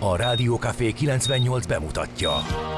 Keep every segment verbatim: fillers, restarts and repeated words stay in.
A Rádió Café kilencvennyolc bemutatja.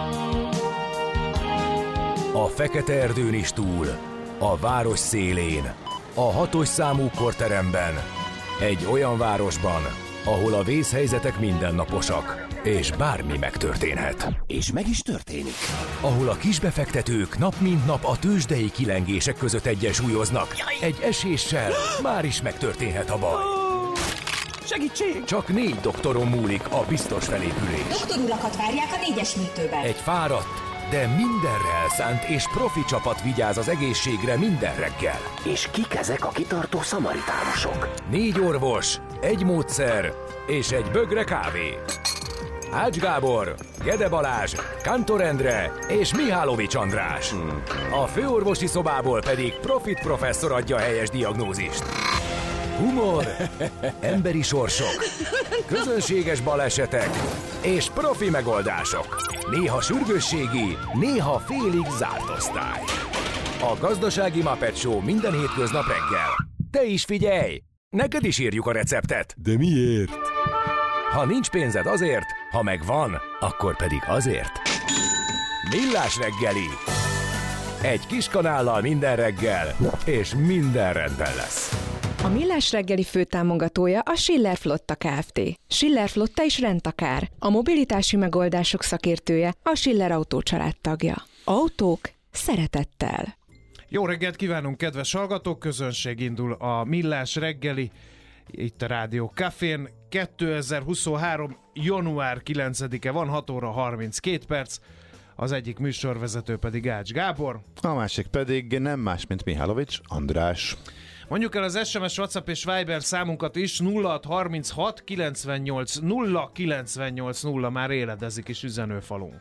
A fekete erdőn is túl, a város szélén, a hatos számú korteremben, egy olyan városban, ahol a vészhelyzetek mindennaposak, és bármi megtörténhet. És meg is történik. Ahol a kisbefektetők nap mint nap a tőzsdei kilengések között egyensúlyoznak. Egy eséssel már is megtörténhet a baj. Segítség! Csak négy doktoron múlik a biztos felépülés. Doktor urakat várják a négyes műtőben. Egy fáradt, de mindenre elszánt és profi csapat vigyáz az egészségre minden reggel. És kik ezek a kitartó szamaritánusok? Négy orvos, egy módszer és egy bögre kávé. Ács Gábor, Gede Balázs, Kántor Endre és Mihálovics András. Hmm. A főorvosi szobából pedig Profit professzor adja a helyes diagnózist. Humor, emberi sorsok, közönséges balesetek és profi megoldások. Néha sürgősségi, néha félig zárt osztály. A Gazdasági Muppet Show minden hétköznap reggel. Te is figyelj! Neked is írjuk a receptet. De miért? Ha nincs pénzed azért, ha megvan, akkor pedig azért. Millás reggeli. Egy kis kanállal minden reggel, és minden rendben lesz. A Millás reggeli főtámogatója a Schiller Flotta Kft. Schiller Flotta is rendtakár. A mobilitási megoldások szakértője, a Schiller Autó család tagja. Autók szeretettel. Jó reggelt kívánunk, kedves hallgatók! Közönség indul a Millás reggeli, itt a Rádió Cafén. kétezer-huszonhárom. január kilencedike van, hat óra harminckét perc. Az egyik műsorvezető pedig Ács Gábor. A másik pedig nem más, mint Mihálovics András. Mondjuk el az es em es, WhatsApp és Viber számunkat is, nulla hat harminchat kilencvennyolc nulla kilencvennyolc nulla, már éledezik is üzenőfalunk.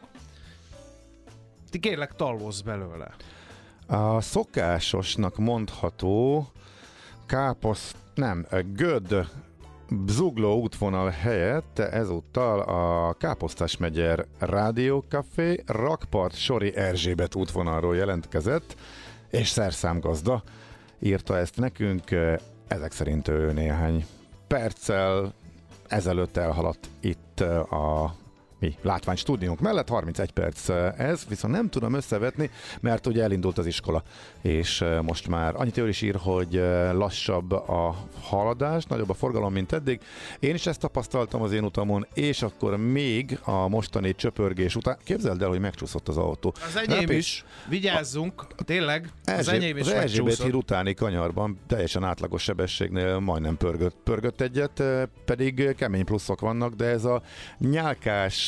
Ti kérlek, tallozz belőle. A szokásosnak mondható káposzt, nem, Göd Zugló útvonal helyett ezúttal a Káposztás megyer Rádió Café Rakpart Sori Erzsébet útvonalról jelentkezett, és szerszámgazda írta ezt nekünk, ezek szerint ő néhány perccel ezelőtt elhaladt itt a mi látványstúdiónk mellett, harmincegy perc ez, viszont nem tudom összevetni, mert ugye elindult az iskola, és most már annyit ő is ír, hogy lassabb a haladás, nagyobb a forgalom, mint eddig. Én is ezt tapasztaltam az én utamon, és akkor még a mostani csöpörgés után, képzeld el, hogy megcsúszott az autó. Az enyém hát, is, vigyázzunk, a, tényleg, az Erzsé, enyém is az Erzsébet híd megcsúszott. utáni kanyarban teljesen átlagos sebességnél majdnem pörgött, pörgött egyet, pedig kemény pluszok vannak, de ez a nyálkás,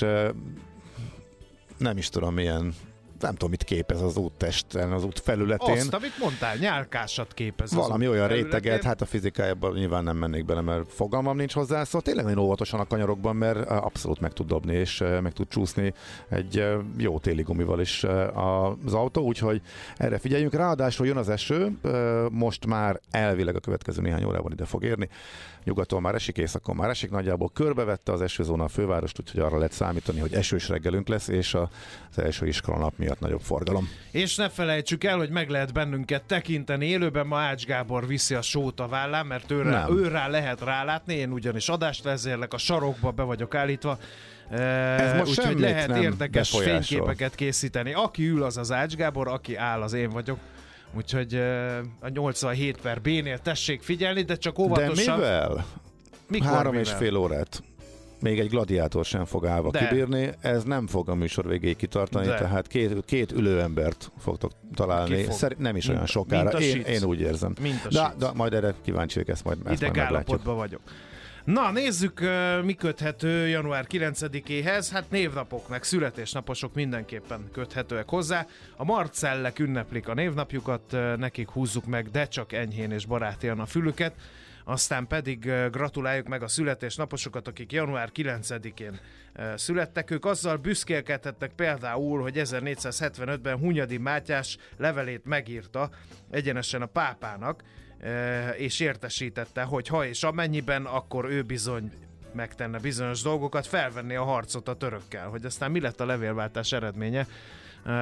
nem is tudom milyen, nem tudom, mit képez az úttesten, az út felületén. Azt, amit mondtál, nyálkásat képez. Valami olyan felületén. réteget, hát a fizikájában nyilván nem mennék bele, mert fogalmam nincs hozzá, szóval tényleg nagyon óvatosan a kanyarokban, mert abszolút meg tud dobni, és meg tud csúszni egy jó téli gumival is az autó, úgyhogy erre figyeljünk. Ráadásul jön az eső, most már elvileg a következő néhány órában ide fog érni. Nyugaton már esik, északon már esik, nagyjából körbevette az esőzóna a fővárost, úgyhogy arra lehet számítani, hogy esős reggelünk lesz, és az első iskolanap miatt nagyobb forgalom. És ne felejtsük el, hogy meg lehet bennünket tekinteni élőben, ma Ács Gábor viszi a sót a vállán, mert őrá, őrá lehet rálátni, én ugyanis adást vezérlek, a sarokba be vagyok állítva, úgyhogy lehet érdekes befolyásol. Fényképeket készíteni. Aki ül, az az Ács Gábor, aki áll, az én vagyok. Úgyhogy a nyolcvanhét per bé-nél tessék figyelni, de csak óvatosan. De mivel? Mikor, Három mivel? és fél órát. Még egy gladiátor sem fog állva de. kibírni, ez nem fog a műsor végéig kitartani, de. tehát két, két ülőembert fogtok találni, fog. Szerint nem is mint, olyan sokára, én, én úgy érzem. De, de majd erre kíváncsiak, ezt majd, ezt majd meglátjuk. Vagyok. Na, nézzük, mi köthető január kilencedikéhez. Hát névnapok meg születésnaposok mindenképpen köthetőek hozzá. A marcellek ünneplik a névnapjukat, nekik húzzuk meg, de csak enyhén és barátian a fülüket. Aztán pedig gratuláljuk meg a születésnaposokat, akik január kilencedikén születtek. Ők azzal büszkélkedhetnek például, hogy ezernégyszázhetvenötben Hunyadi Mátyás levelét megírta egyenesen a pápának, és értesítette, hogy ha és amennyiben, akkor ő bizony megtenne bizonyos dolgokat, felvenni a harcot a törökkel. Hogy aztán mi lett a levélváltás eredménye,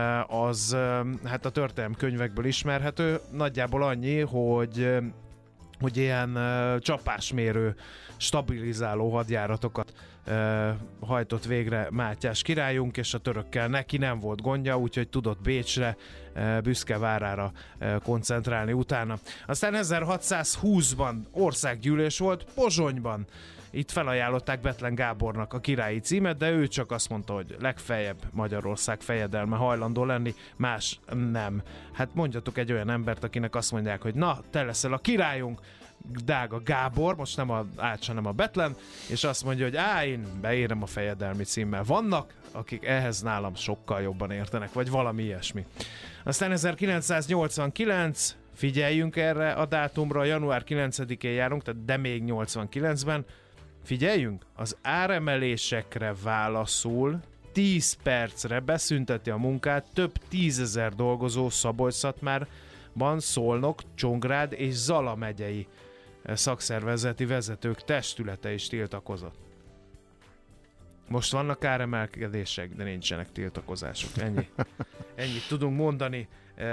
az hát a történelemkönyvekből ismerhető. Nagyjából annyi, hogy hogy ilyen uh, csapásmérő, stabilizáló hadjáratokat uh, hajtott végre Mátyás királyunk, és a törökkel neki nem volt gondja, úgyhogy tudott Bécsre, uh, büszke várára uh, koncentrálni utána. Aztán ezerhatszázhúszban országgyűlés volt Pozsonyban. Itt felajánlották Bethlen Gábornak a királyi címet, de ő csak azt mondta, hogy legfeljebb Magyarország fejedelme hajlandó lenni, más nem. Hát mondjatok egy olyan embert, akinek azt mondják, hogy na, te leszel a királyunk, drága Gábor, most nem a Ács, hanem a Bethlen, és azt mondja, hogy á, én beérem a fejedelmi címmel. Vannak, akik ehhez nálam sokkal jobban értenek, vagy valami ilyesmi. Aztán ezerkilencszáznyolcvankilenc, figyeljünk erre a dátumra, január kilencedikén járunk, tehát de még nyolcvankilencben, figyeljünk, az áremelésekre válaszul tíz percre beszünteti a munkát több tízezer dolgozó Szabolcs-Szatmárban, Szolnok, Csongrád és Zala megyei szakszervezeti vezetők testülete is tiltakozott. Most vannak áremelkedések, de nincsenek tiltakozások. Ennyi. Ennyit tudunk mondani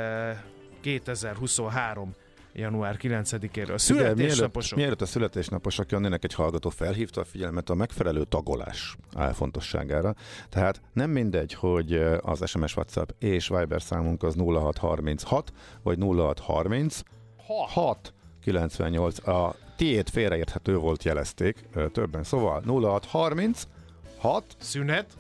kétezer-huszonhárom január kilencedikéről. Születésnaposok. Mielőtt a születésnaposok jönnének, egy hallgató felhívta a figyelmet a megfelelő tagolás fontosságára. Tehát nem mindegy, hogy az es em es, WhatsApp és Viber számunk az nulla hat harminchat vagy nulla hat harminchat kilencvennyolc. A tiéd félreérthető volt, jelezték többen. Szóval nulla hat harminchat szünet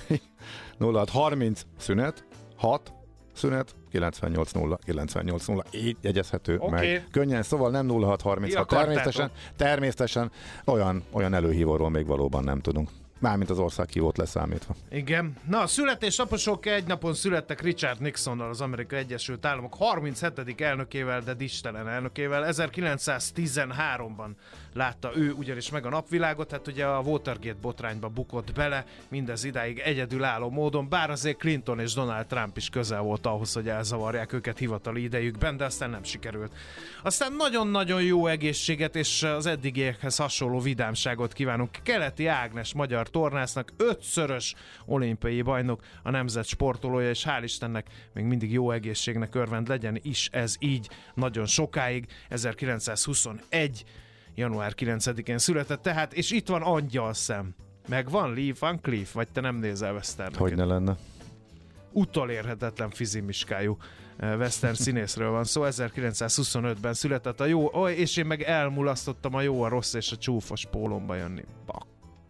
nulla hat harminc szünet hat szünet kilencvennyolc nulla kilencvennyolc nulla, így jegyezhető okay. meg. Könnyen, szóval nem nulla hat harminchat. Természetesen, természetesen olyan, olyan előhívóról még valóban nem tudunk. Mármint az országhívót leszámítva. Igen. Na, a születésnaposok egy napon születtek Richard Nixonnal, az Amerikai Egyesült Államok harminchetedik elnökével, de distelen elnökével. ezerkilencszáztizenháromban látta ő ugyanis meg a napvilágot, hát ugye a Watergate botrányba bukott bele, mindez idáig egyedülálló módon, bár azért Clinton és Donald Trump is közel volt ahhoz, hogy elzavarják őket hivatali idejükben, de aztán nem sikerült. Aztán nagyon-nagyon jó egészséget és az eddigiekhez hasonló vidámságot kívánunk Keleti Ágnes magyar tornásznak, ötszörös olimpiai bajnok, a nemzet sportolója, és hál' Istennek még mindig jó egészségnek örvend, legyen is ez így nagyon sokáig. ezerkilencszázhuszonegy január kilencedikén született tehát, és itt van Angyalszem. Meg van Lee Van Cleef, vagy te nem nézel westerneket? Hogy ne lenne. Utolérhetetlen fizimiskájú western színészről van szó, szóval ezerkilencszázhuszonötben született a jó, és én meg elmulasztottam a jó, a rossz és a csúfos pólomba jönni. Bak.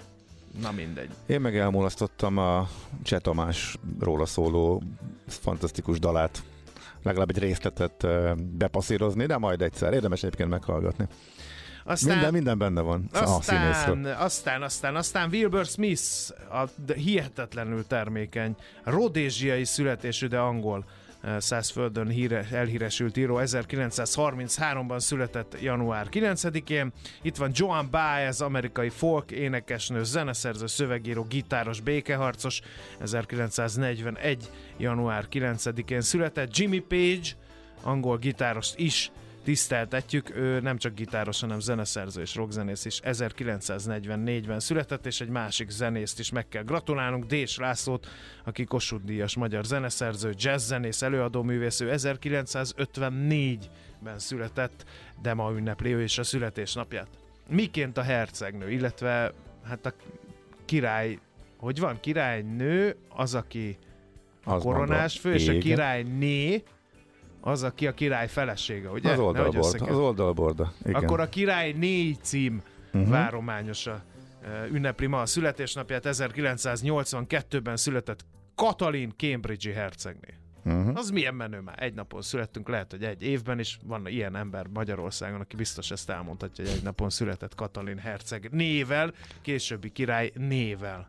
Na mindegy. Én meg elmulasztottam a Cseh Tamás róla szóló fantasztikus dalát. Legalább egy részletet bepasszírozni, de majd egyszer. Érdemes egyébként meghallgatni. Aztán, minden, minden benne van. Aztán, aztán, aztán, aztán Wilbur Smith, a hihetetlenül termékeny, rodézsiai születésű, de angol százföldön híre, elhíresült író, ezerkilencszázharmincháromban született január kilencedikén. Itt van Joan Baez, amerikai folk énekesnő, zeneszerző, szövegíró, gitáros, békeharcos, ezerkilencszáznegyvenegy január kilencedikén született. Jimmy Page, angol gitárost is tiszteltetjük, ő nem csak gitáros, hanem zeneszerző és rockzenész is, ezerkilencszáznegyvennégyben született, és egy másik zenészt is meg kell gratulálnunk, Dés Lászlót, aki Kossuth-díjas magyar zeneszerző, jazzzenész, előadóművész, ő ezerkilencszázötvennégyben született, de ma ünnepli ő is a születésnapját. Miként a hercegnő, illetve hát a király, hogy van, királynő, az, aki a az koronás fő, és a királyné, az, aki a király felesége, ugye? Az oldalborda. Az oldalborda, igen. Akkor a király négy cím uh-huh. várományosa uh, ünnepli ma a születésnapját. ezerkilencszáznyolcvankettőben született Katalin Cambridge-i hercegné. Uh-huh. Az milyen menő már. Egy napon születtünk, lehet, hogy egy évben is van ilyen ember Magyarországon, aki biztos ezt elmondhatja, hogy egy napon született Katalin herceg nével, későbbi király nével.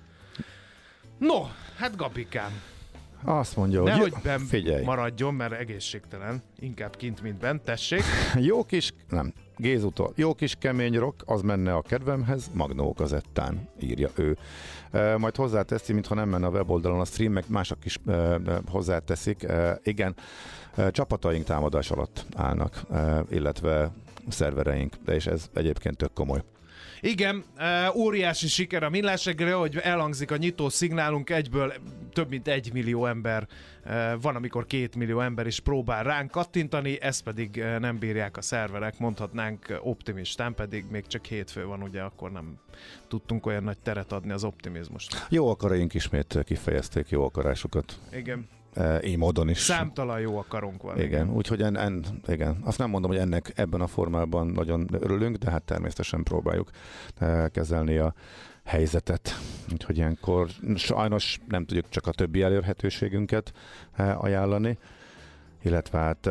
No, hát Gabikám. Azt mondja, hogy nehogy benn figyelj. Maradjon, mert egészségtelen. Inkább kint, mint bent. Tessék. Jó kis, nem, Gézutól. Jó kis kemény rock, az menne a kedvemhez, Magnó kazettán, írja ő. E, majd hozzáteszi, mintha nem menne a weboldalon a stream, meg mások is e, e, hozzáteszik. E, igen, e, csapataink támadás alatt állnak, e, illetve szervereink, de és ez egyébként tök komoly. Igen, óriási siker a Millás reggeli, ahogy elhangzik a nyitó szignálunk, egyből több mint egy millió ember, van, amikor két millió ember is próbál ránk kattintani, ezt pedig nem bírják a szerverek, mondhatnánk optimistán, pedig még csak hétfő van, ugye, akkor nem tudtunk olyan nagy teret adni az optimizmust. Jó akaraink ismét kifejezték jó akarásukat. Igen. Így módon is. Számtalan jó akarunk van. Igen, igen. úgyhogy en, en, igen. Azt nem mondom, hogy ennek ebben a formában nagyon örülünk, de hát természetesen próbáljuk kezelni a helyzetet. Úgyhogy ilyenkor sajnos nem tudjuk csak a többi elérhetőségünket ajánlani, illetve hát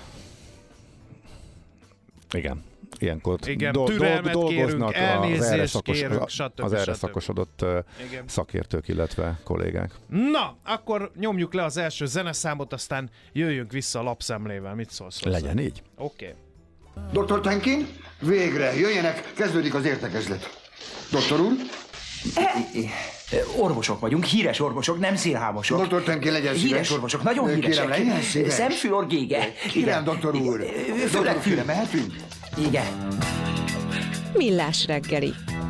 igen, ilyenkor igen, do- türelmet dolgoznak kérünk, elnézést szakos, kérünk, stb. az erre stb. szakosodott igen. szakértők, illetve kollégák. Na, akkor nyomjuk le az első zeneszámot, aztán jöjjünk vissza a lapszemlével. Mit szólsz hozzá? Legyen így. Oké. Okay. doktor Tenkin, végre, jöjjenek, kezdődik az értekezlet. Doktor úr? Orvosok vagyunk, híres orvosok, nem szélhámosok. doktor Tenkin, legyen szíves. Híres orvosok, nagyon híresek. Kérem, legyen szíves. Szemfülorgége. Kérem, doktor úr. Doktor, fülre mehetünk? Igen. Millás reggeli.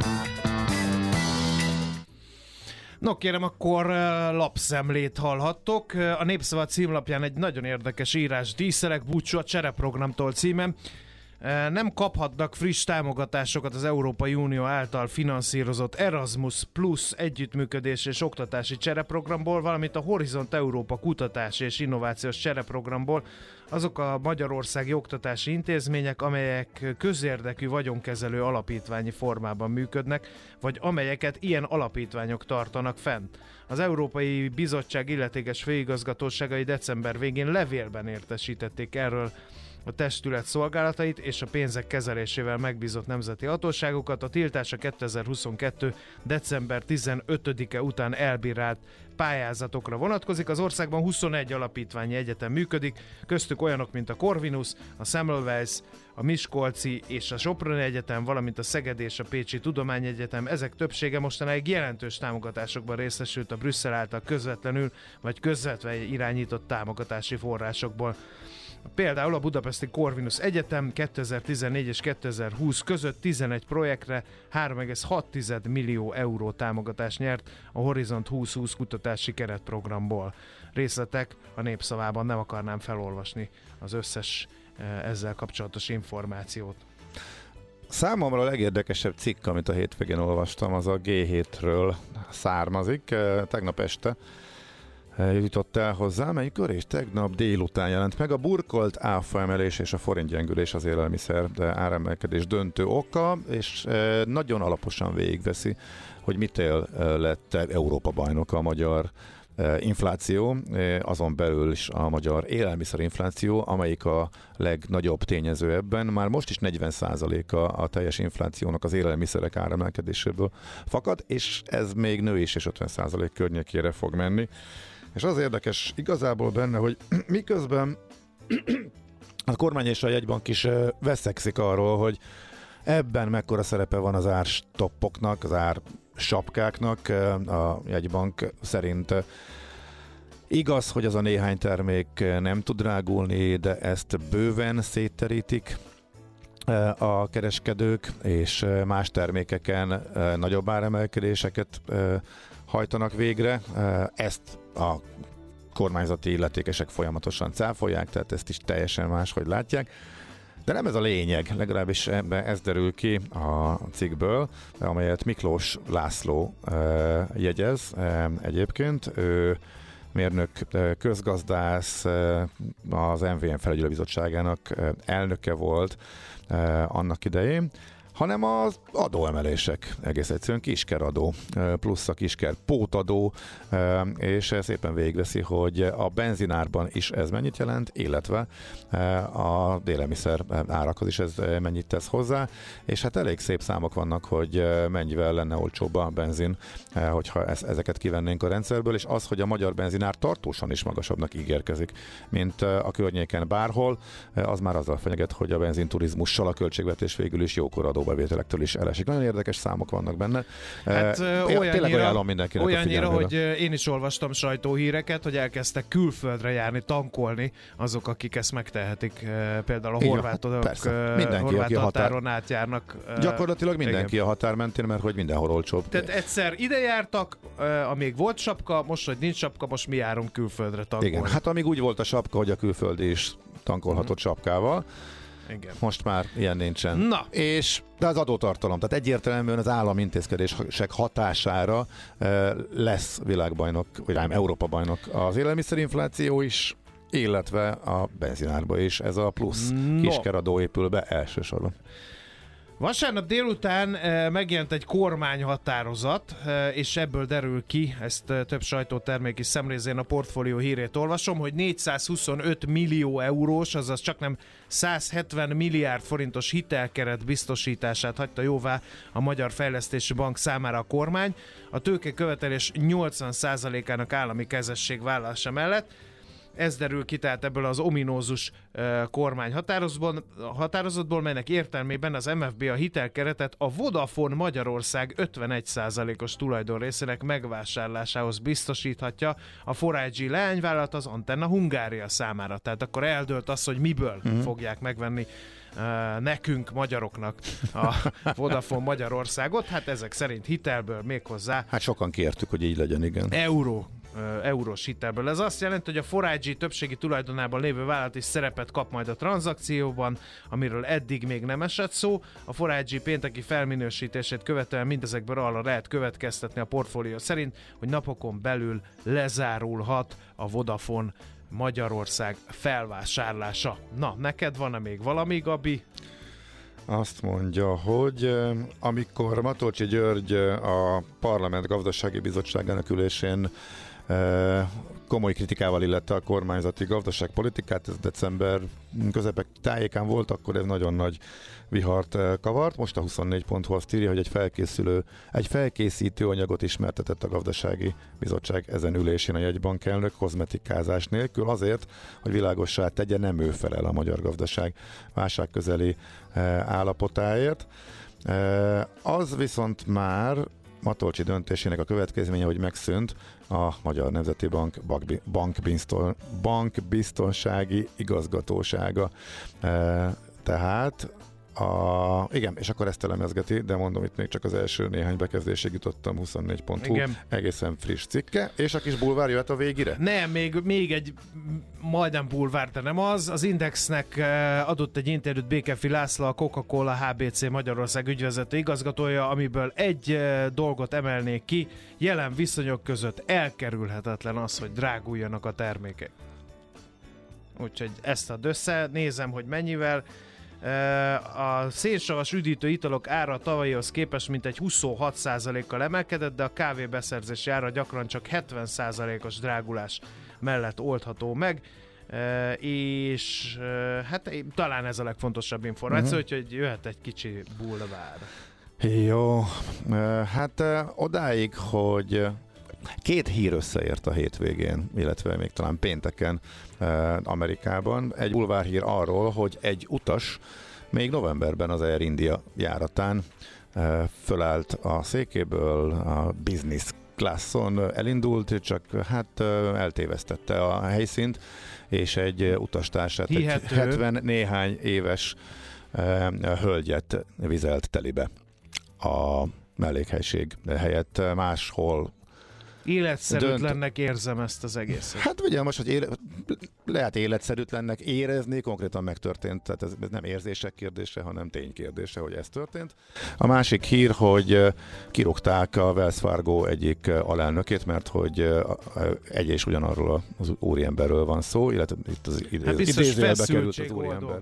No kérem, akkor uh, lapszemlét hallhattok. Uh, a Népszava címlapján egy nagyon érdekes írás: díszelek búcsú a csereprogramtól címen. Uh, nem kaphatnak friss támogatásokat az Európai Unió által finanszírozott Erasmus Plus együttműködés és oktatási csereprogramból, valamint a Horizont Európa kutatási és innovációs csereprogramból azok a magyarországi oktatási intézmények, amelyek közérdekű vagyonkezelő alapítványi formában működnek, vagy amelyeket ilyen alapítványok tartanak fenn. Az Európai Bizottság illetékes főigazgatóságai december végén levélben értesítették erről a testület szolgálatait és a pénzek kezelésével megbízott nemzeti hatóságokat. A tiltás a kétezer-huszonkettő. december tizenötödike után elbírált pályázatokra vonatkozik. Az országban huszonegy alapítványi egyetem működik, köztük olyanok, mint a Corvinus, a Semmelweis, a Miskolci és a Soproni Egyetem, valamint a Szegedi és a Pécsi Tudományegyetem. Ezek többsége mostanáig jelentős támogatásokban részesült a Brüsszel által közvetlenül vagy közvetve irányított támogatási forrásokból. Például a budapesti Corvinus Egyetem kétezer-tizennégy és kétezer-húsz között tizenegy projektre három egész hat millió euró támogatást nyert a Horizont húsz-húsz kutatási keretprogramból. Részletek a Népszavában, nem akarnám felolvasni az összes ezzel kapcsolatos információt. Számomra a legérdekesebb cikk, amit a hétvégén olvastam, az a gé hétről származik. Tegnap este jutott el hozzám, amikor és tegnap délután jelent meg a burkolt áfa emelés és a forintgyengülés az élelmiszer áremelkedés döntő oka, és nagyon alaposan végigveszi, hogy mitől lett Európa bajnoka a magyar infláció, azon belül is a magyar élelmiszerinfláció, amelyik a legnagyobb tényező ebben. Már most is negyven százaléka a teljes inflációnak az élelmiszerek áremelkedéséből fakad, és ez még nő is, és ötven százalék környékére fog menni. És az érdekes igazából benne, hogy miközben a kormány és a jegybank is veszekszik arról, hogy ebben mekkora szerepe van az árstoppoknak, az ársapkáknak. A jegybank szerint igaz, hogy az a néhány termék nem tud drágulni, de ezt bőven szétterítik a kereskedők, és más termékeken nagyobb áremelkedéseket hajtanak végre. Ezt a kormányzati illetékesek folyamatosan cáfolják, tehát ezt is teljesen máshogy látják. De nem ez a lényeg, legalábbis ez derül ki a cikkből, amelyet Miklós László jegyez egyébként. Ő mérnök közgazdász, az em vé em felügyelőbizottságának elnöke volt annak idején, hanem az adóemelések, egész egyszerűen kiskeradó, plusz a kisker pótadó, és szépen végigveszi, hogy a benzinárban is ez mennyit jelent, illetve a élelmiszer árakhoz is ez mennyit tesz hozzá, és hát elég szép számok vannak, hogy mennyivel lenne olcsóbb a benzin, hogyha ezeket kivennénk a rendszerből, és az, hogy a magyar benzinár tartósan is magasabbnak ígérkezik, mint a környéken bárhol, az már azzal fenyeget, hogy a benzinturizmussal a költségvetés végül is jókor adó próbavételektől is elesik. Nagyon érdekes számok vannak benne. Hát, e, olyannyira, tényleg ajánlom mindenkinek olyannyira, a hogy én is olvastam sajtóhíreket, hogy elkezdtek külföldre járni, tankolni azok, akik ezt megtehetik. Például a Igen, horvátok, persze. Mindenki, horvát aki a határ... határon átjárnak. Gyakorlatilag mindenki igen. a határ mentén, mert hogy mindenhol olcsóbb. Tehát egyszer ide jártak, amíg volt sapka, most, hogy nincs sapka, most mi járunk külföldre tankolni. Igen, hát amíg úgy volt a sapka, hogy a külföldi is tankolhatott hmm. sapkával. Igen. Most már ilyen nincsen. Na. És, de az adótartalom, tehát egyértelműen az állami intézkedések hatására e, lesz világbajnok, vagy nem, Európa bajnok az élelmiszerinfláció is, illetve a benzinárba is. Ez a plusz no. kiskeradó épül be elsősorban. Vasárnap délután e, megjelent egy kormányhatározat, e, és ebből derül ki, ezt e, több sajtótermék is szemlézén a Portfólió hírét olvasom, hogy négyszázhuszonöt millió eurós, azaz csak nem száz hetven milliárd forintos hitelkeret biztosítását hagyta jóvá a Magyar Fejlesztési Bank számára a kormány, a tőkekövetelés nyolcvan százalékának állami kezesség vállalása mellett. Ez derül ki tehát ebből az ominózus uh, kormány határozatból, melynek értelmében az em ef bé a hitelkeretet a Vodafone Magyarország ötvenegy százalékos tulajdonrészének megvásárlásához biztosíthatja a four I G leányvállalat az Antenna Hungária számára. Tehát akkor eldőlt az, hogy miből uh-huh. fogják megvenni uh, nekünk, magyaroknak a Vodafone Magyarországot. Hát ezek szerint hitelből méghozzá. Hát sokan kértük, hogy így legyen, igen. Euró. eurós hitelből. Ez azt jelenti, hogy a four I G többségi tulajdonában lévő vállalat is szerepet kap majd a tranzakcióban, amiről eddig még nem esett szó. A four I G pénteki felminősítését követően mindezekből arra lehet következtetni a portfólió szerint, hogy napokon belül lezárulhat a Vodafone Magyarország felvásárlása. Na, neked van-e még valami, Gabi? Azt mondja, hogy amikor Matolcsy György a Parlament Gazdasági Bizottságának ülésén komoly kritikával illette a kormányzati gazdaságpolitikát, ez december közepek tájékán volt, akkor ez nagyon nagy vihart kavart. Most a huszonnégy pont hu azt írja, hogy egy felkészülő, egy felkészítő anyagot ismertetett a Gazdasági Bizottság ezen ülésén a jegybankelnök kozmetikázás nélkül azért, hogy világossá tegye, nem ő felel a magyar gazdaság válságközeli állapotáért. Az viszont már Matolcsy döntésének a következménye, hogy megszűnt a Magyar Nemzeti Bank bankbizton, bankbiztonsági igazgatósága. E, tehát a, igen, és akkor ezt elemezgeti, de mondom, itt még csak az első néhány bekezdésig jutottam, huszonnégy pont hu, igen. Egészen friss cikke, és a kis bulvár jöhet a végére? Nem, még, még egy majdnem bulvár, de nem az. Az Indexnek adott egy interjút Békefi László, a Coca-Cola há bé cé Magyarország ügyvezető igazgatója, amiből egy dolgot emelnék ki, jelen viszonyok között elkerülhetetlen az, hogy dráguljanak a termékek. Úgyhogy ezt ad össze, nézem, hogy mennyivel. A szénsavas üdítő italok ára a tavalyihoz képest mintegy huszonhat százalékkal emelkedett, de a kávé beszerzési ára gyakran csak hetven százalékos drágulás mellett oldható meg, és hát talán ez a legfontosabb információ, uh-huh. úgyhogy jöhet egy kicsi bulvár. Jó, hát odáig, hogy két hír összeért a hétvégén, illetve még talán pénteken eh, Amerikában. Egy bulvárhír arról, hogy egy utas még novemberben az Air India járatán eh, fölállt a székéből, a business classon egy csak hát eh, eltévesztette a helyszínt, és egy utastársát, egy hetven néhány éves eh, hölgyet vizelt telibe a mellékhelység helyett máshol. Életszerűtlennek dönt... érzem ezt az egészet. Hát ugye most, hogy éle... lehet életszerűtlennek érezni, konkrétan megtörtént, tehát ez, ez nem érzések kérdése, hanem ténykérdése, hogy ez történt. A másik hír, hogy kirúgták a Wells Fargo egyik alelnökét, mert hogy egy és ugyanarról az úriemberről van szó, illetve itt az idéz... hát idézőjelbe került az úriember.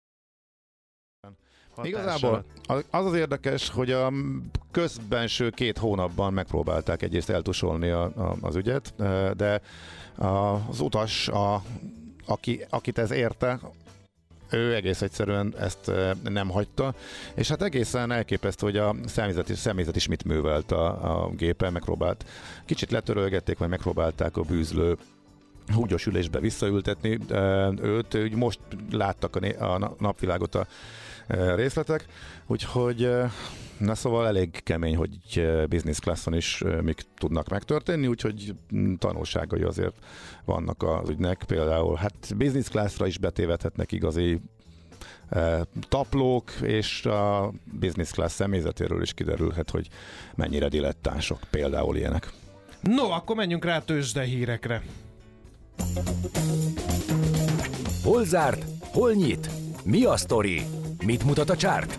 Igazából az az érdekes, hogy a közbenső két hónapban megpróbálták egyrészt eltusolni a, a, az ügyet, de az utas, a, aki, akit ez érte, ő egész egyszerűen ezt nem hagyta, és hát egészen elképesztő, hogy a személyzet is, személyzet is mit művelt a, a gépen, megpróbált, kicsit letörölgették, vagy megpróbálták a bűzlő húgyos ülésbe visszaültetni őt. Úgy most láttak a, né- a napvilágot a részletek, úgyhogy na szóval elég kemény, hogy business classon is mik tudnak megtörténni, úgyhogy tanulságai azért vannak az ügynek. Például hát business classra is betévedhetnek igazi taplók, és a business class személyzetéről is kiderülhet, hogy mennyire dilettánsok, például ilyenek. No, akkor menjünk rá tőzsde hírekre. Hol zárt? Hol nyit? Mi a sztori? Mit mutat a csárt?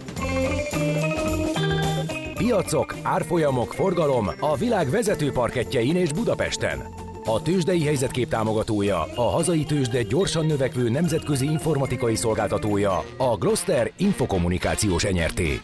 Piacok, árfolyamok, forgalom a világ vezető parkettjein és Budapesten. A tőzsdei helyzetkép támogatója, a hazai tőzsde gyorsan növekvő nemzetközi informatikai szolgáltatója, a Gloster Infokommunikációs Enyerté.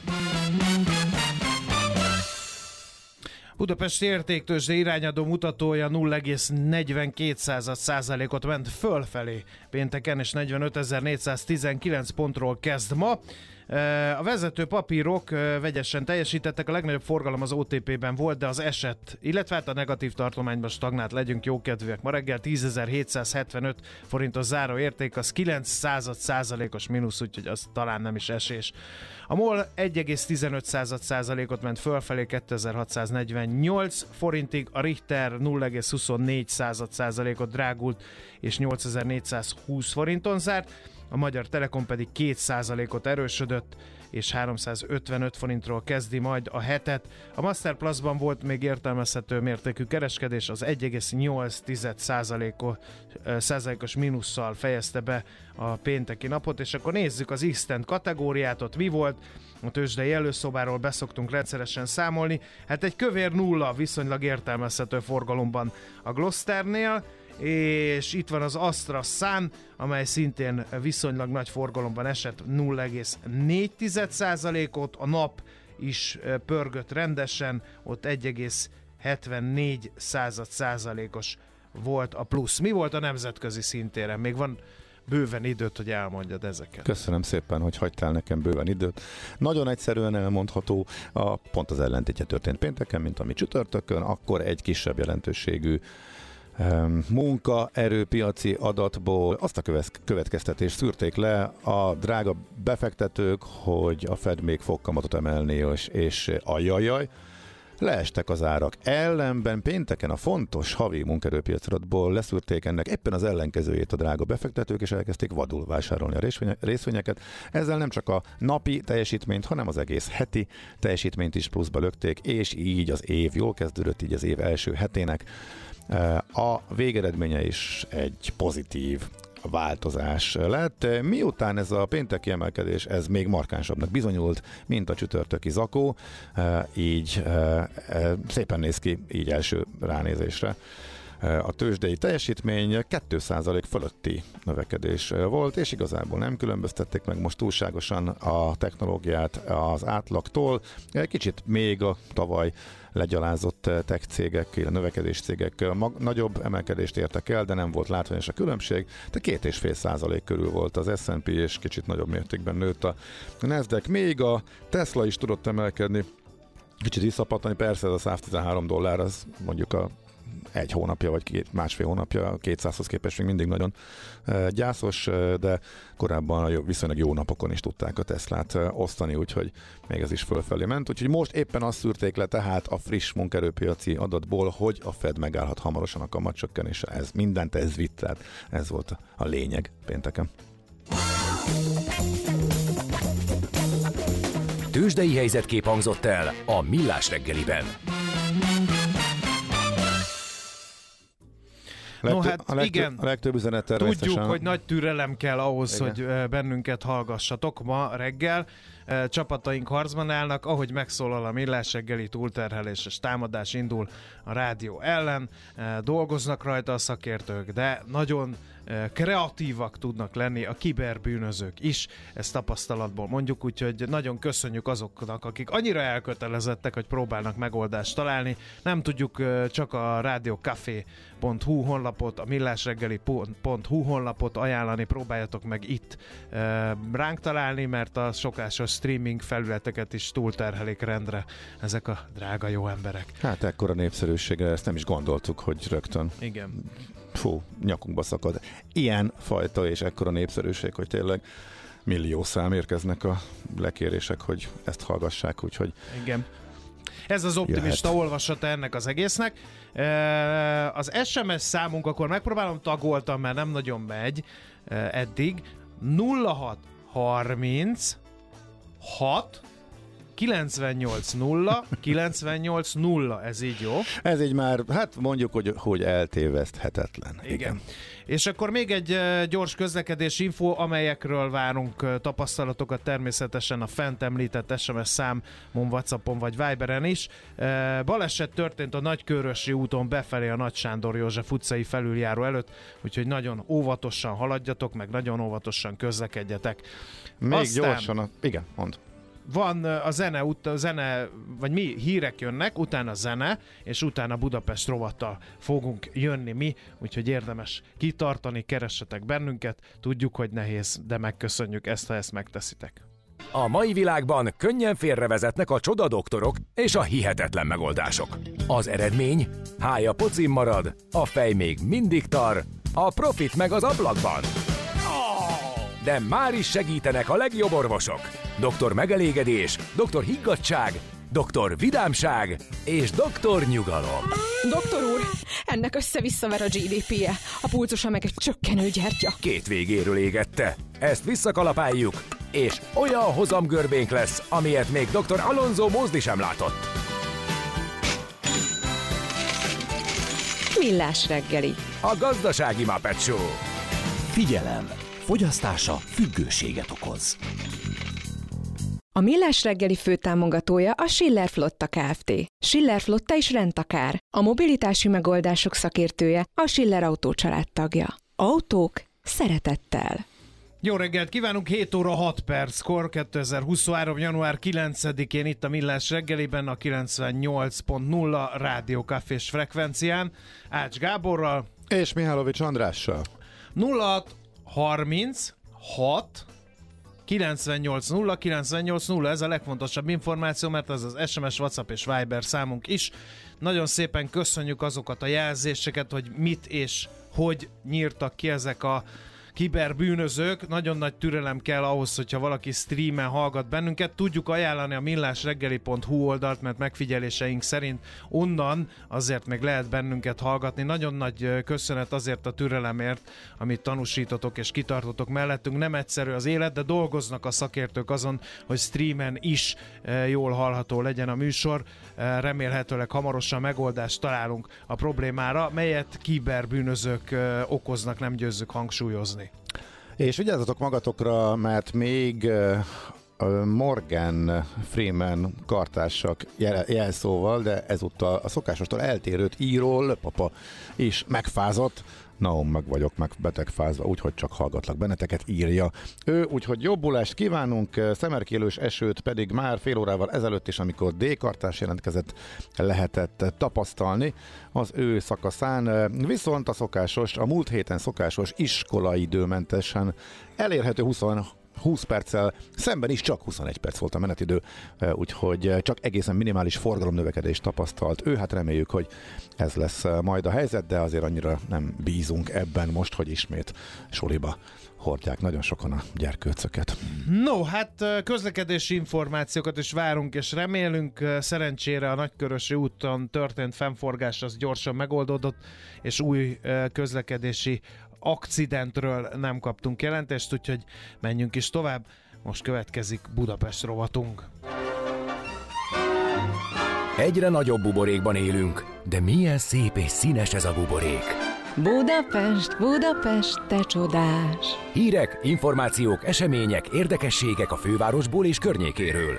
Budapesti értéktőzsde irányadó mutatója nulla egész negyvenkét százalékot ment fölfelé pénteken, és negyvenötezer-négyszáztizenkilenc pontról kezd ma. A vezető papírok vegyesen teljesítettek, a legnagyobb forgalom az o té pé-ben volt, de az eset, illetve hát a negatív tartományban stagnált, legyünk jókedvűek. Ma reggel tízezer-hétszázhetvenöt forintos záró érték, az kilenc százalékos mínusz, úgyhogy az talán nem is esés. A MOL egy egész tizenöt százalékot ment fölfelé kétezer-hatszáznegyvennyolc forintig, a Richter nulla egész huszonnégy százalékot drágult és nyolcezer-négyszázhúsz forinton zárt, a Magyar Telekom pedig két százalékot erősödött, és háromszázötvenöt forintról kezdi majd a hetet. A Masterplus-ban volt még értelmezhető mértékű kereskedés, az egy egész nyolc százalékos mínusszal fejezte be a pénteki napot, és akkor nézzük az X-Tent kategóriát, ott mi volt. A tőzsdei előszobáról beszoktunk rendszeresen számolni. Hát egy kövér nulla viszonylag értelmezhető forgalomban a Glosternél, és itt van az Astra Sun, amely szintén viszonylag nagy forgalomban esett nulla egész négy százalékot, a nap is pörgött rendesen, ott egy egész hetvennégy százalékos volt a plusz. Mi volt a nemzetközi szintéren? Még van bőven időt, hogy elmondjad ezeket. Köszönöm szépen, hogy hagytál nekem bőven időt. Nagyon egyszerűen elmondható, a, pont az ellentétje történt pénteken, mint ami csütörtökön, akkor egy kisebb jelentőségű munkaerőpiaci adatból azt a következtetést szűrték le a drága befektetők, hogy a Fed még fog kamatot emelni, és, és ajajaj, leestek az árak. Ellenben pénteken a fontos havi munkaerőpiaci adatból leszűrték ennek éppen az ellenkezőjét a drága befektetők, és elkezdték vadul vásárolni a részvényeket. Ezzel nem csak a napi teljesítményt, hanem az egész heti teljesítményt is pluszba lökték, és így az év jól kezdődött, így az év első hetének a végeredménye is egy pozitív változás lett. Miután ez a pénteki emelkedés, ez még markánsabbnak bizonyult, mint a csütörtöki zakó, így szépen néz ki így első ránézésre. A tőzsdei teljesítmény két százalék fölötti növekedés volt, és igazából nem különböztették meg most túlságosan a technológiát az átlagtól. Kicsit még a tavaly legyalázott tech cégek, a növekedés cégek mag- nagyobb emelkedést értek el, de nem volt látványos a különbség, de két és fél százalék körül volt az es and pé, és kicsit nagyobb mértékben nőtt a Nasdaq. Még a Tesla is tudott emelkedni, kicsit visszapattani, persze ez a száztizenhárom dollár, az mondjuk a egy hónapja, vagy két, másfél hónapja, a kétszázhoz képest még mindig nagyon e, gyászos, e, de korábban a jó, viszonylag jó napokon is tudták a Teslát e, osztani, úgyhogy még ez is fölfelé ment. Úgyhogy most éppen azt szűrték le tehát a friss munkaerőpiaci adatból, hogy a Fed megállhat hamarosan a kamatcsökkenése. Ez mindent ez vitt, tehát ez volt a lényeg pénteken. Tőzsdei helyzetkép hangzott el a Millás reggeliben. A legtöbb, no hát a legtöbb, igen, a legtöbb üzenet természetesen... tudjuk, hogy nagy türelem kell ahhoz, igen, hogy bennünket hallgassatok ma reggel. Csapataink harcban állnak, ahogy megszólal a Millás reggeli, túlterheléses támadás indul a rádió ellen. Dolgoznak rajta a szakértők, de nagyon kreatívak tudnak lenni a kiberbűnözők is, ezt tapasztalatból mondjuk, úgyhogy nagyon köszönjük azoknak, akik annyira elkötelezettek, hogy próbálnak megoldást találni. Nem tudjuk csak a rádiókafé pont hu honlapot, a millásreggeli pont hu honlapot ajánlani, próbáljatok meg itt ránk találni, mert a szokásos streaming felületeket is túlterhelik rendre ezek a drága jó emberek. Hát ekkora népszerűsége, ezt nem is gondoltuk, hogy rögtön igen, fú, nyakunkba szakad. Ilyen fajta és ekkora népszerűség, hogy tényleg millió szám érkeznek a lekérések, hogy ezt hallgassák, úgyhogy igen. Ez az optimista jöhet. Olvasata ennek az egésznek. Az es em es számunk, akkor megpróbálom, tagoltam, mert nem nagyon megy eddig. nulla hat harminc hat kilencvennyolc nulla kilencvennyolc nulla, ez így jó? Ez így már, hát mondjuk, hogy, hogy eltéveszthetetlen. Igen. Igen. És akkor még egy gyors közlekedési info, amelyekről várunk tapasztalatokat természetesen a fent említett es em es számon, WhatsAppon vagy Viberen is. Baleset történt a Nagykőrösi úton befelé a Nagy Sándor József utcai felüljáró előtt, úgyhogy nagyon óvatosan haladjatok, meg nagyon óvatosan közlekedjetek. Még Aztán gyorsan, a... igen, mondd. Van a zene, ut- a zene, vagy mi hírek jönnek, utána zene, és utána Budapest rovattal fogunk jönni mi, úgyhogy érdemes kitartani, keressetek bennünket, tudjuk, hogy nehéz, de megköszönjük ezt, ha ezt megteszitek. A mai világban könnyen félrevezetnek a csodadoktorok és a hihetetlen megoldások. Az eredmény? Hája pocim marad, a fej még mindig tar, a profit meg az ablakban. De már is segítenek a legjobb orvosok. doktor Megelégedés, doktor Higgadtság, doktor Vidámság és doktor Nyugalom. Doktor úr, ennek össze-visszaver a gé dé pé-je, a pulzusa meg egy csökkenő gyertya. Két végéről égette. Ezt visszakalapáljuk, és olyan hozamgörbénk lesz, amilyet még doktor Alonso Mózdi sem látott. Millás reggeli. A gazdasági Muppet Show. Figyelem! Fogyasztása függőséget okoz. A Millás reggeli főtámogatója a Schiller Flotta Kft. Schiller Flotta és rendtakár. A mobilitási megoldások szakértője, a Schiller Autó család tagja. Autók szeretettel. Jó reggelt kívánunk, hét óra hat perckor, kétezer-huszonhárom. január kilencedikén itt a Millás reggeliben, a kilencvennyolc pont nulla Rádió Cafés frekvencián, Ács Gáborral és Mihálovics Andrással. nulla hat harminc hat kilencvennyolc nulla kilencvennyolc nulla, ez a legfontosabb információ, mert ez az es em es, WhatsApp és Viber számunk is. Nagyon szépen köszönjük azokat a jelzéseket, hogy mit és hogy nyírtak ki ezek a kiberbűnözők. Nagyon nagy türelem kell ahhoz, hogyha valaki streamen hallgat bennünket. Tudjuk ajánlani a millásreggeli pont hu oldalt, mert megfigyeléseink szerint onnan azért még lehet bennünket hallgatni. Nagyon nagy köszönet azért a türelemért, amit tanúsítotok és kitartotok mellettünk. Nem egyszerű az élet, de dolgoznak a szakértők azon, hogy streamen is jól hallható legyen a műsor. Remélhetőleg hamarosan megoldást találunk a problémára, melyet kiberbűnözők okoznak, nem győzzük hangsúlyozni. És vigyázzatok magatokra, mert még Morgan Freeman kartársak jel- jelszóval, de ezúttal a szokásostól eltérőt író papa is megfázott. Naom, meg vagyok meg betegfázva, úgyhogy csak hallgatlak benneteket, írja ő, úgyhogy jobbulást kívánunk, szemerkélős esőt pedig már fél órával ezelőtt is, amikor D-kartás jelentkezett, lehetett tapasztalni az ő szakaszán, viszont a szokásos, a múlt héten szokásos iskolaidőmentesen elérhető húsz húsz perccel szemben is csak huszonegy perc volt a menetidő, úgyhogy csak egészen minimális forgalomnövekedést tapasztalt ő, hát reméljük, hogy ez lesz majd a helyzet, de azért annyira nem bízunk ebben most, hogy ismét soliba hordják nagyon sokan a gyerkőcöket. No, hát közlekedési információkat is várunk és remélünk. Szerencsére a Nagykörösi úton történt fennforgás az gyorsan megoldódott, és új közlekedési akcidentről nem kaptunk jelentést, úgyhogy menjünk is tovább. Most következik Budapest rovatunk. Egyre nagyobb buborékban élünk, de milyen szép és színes ez a buborék. Budapest, Budapest, te csodás! Hírek, információk, események, érdekességek a fővárosból és környékéről.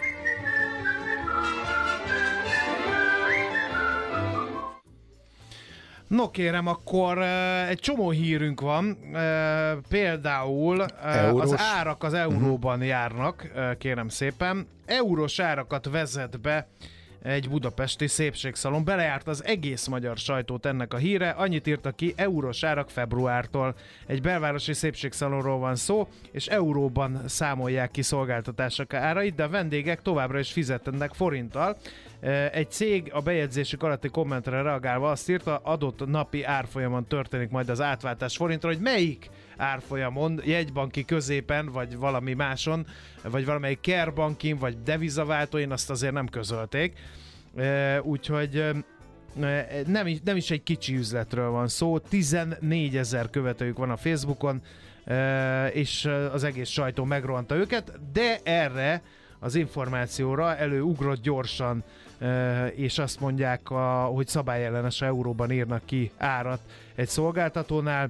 No kérem, akkor uh, egy csomó hírünk van, uh, például uh, az árak az euróban uh-huh. járnak, uh, kérem szépen. Eurós árakat vezet be egy budapesti szépségszalon. Belejárt az egész magyar sajtót ennek a híre. Annyit írtak ki, eurós árak februártól. Egy belvárosi szépségszalonról van szó, és euróban számolják ki szolgáltatások árait, de a vendégek továbbra is fizetnek forinttal. Egy cég a bejegyzésük alatti kommentre reagálva azt írta, adott napi árfolyamon történik majd az átváltás forintra, hogy melyik árfolyamon, jegybanki középen, vagy valami máson, vagy valamelyik kerbankin, vagy devizaváltóin, azt azért nem közölték. Úgyhogy nem is, nem is egy kicsi üzletről van szó, tizennégyezer követőjük van a Facebookon, és az egész sajtó megrohanta őket, de erre az információra előugrott gyorsan, és azt mondják, hogy szabályellenes euróban írnak ki árat egy szolgáltatónál.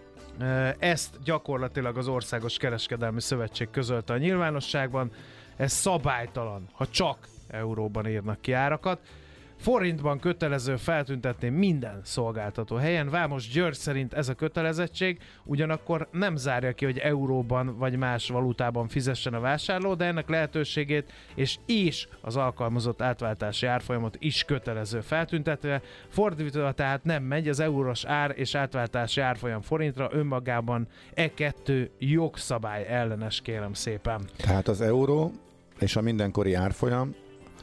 Ezt gyakorlatilag az Országos Kereskedelmi Szövetség közölte a nyilvánosságban. Ez szabálytalan, ha csak euróban írnak ki árakat. Forintban kötelező feltüntetni minden szolgáltató helyen. Vámos György szerint ez a kötelezettség, ugyanakkor nem zárja ki, hogy euróban vagy más valutában fizessen a vásárló, de ennek lehetőségét és is az alkalmazott átváltási árfolyamot is kötelező feltüntetve. Fordítva tehát nem megy, az eurós ár és átváltási árfolyam forintra önmagában e kettő jogszabály ellenes, kérem szépen. Tehát az euró és a mindenkori árfolyam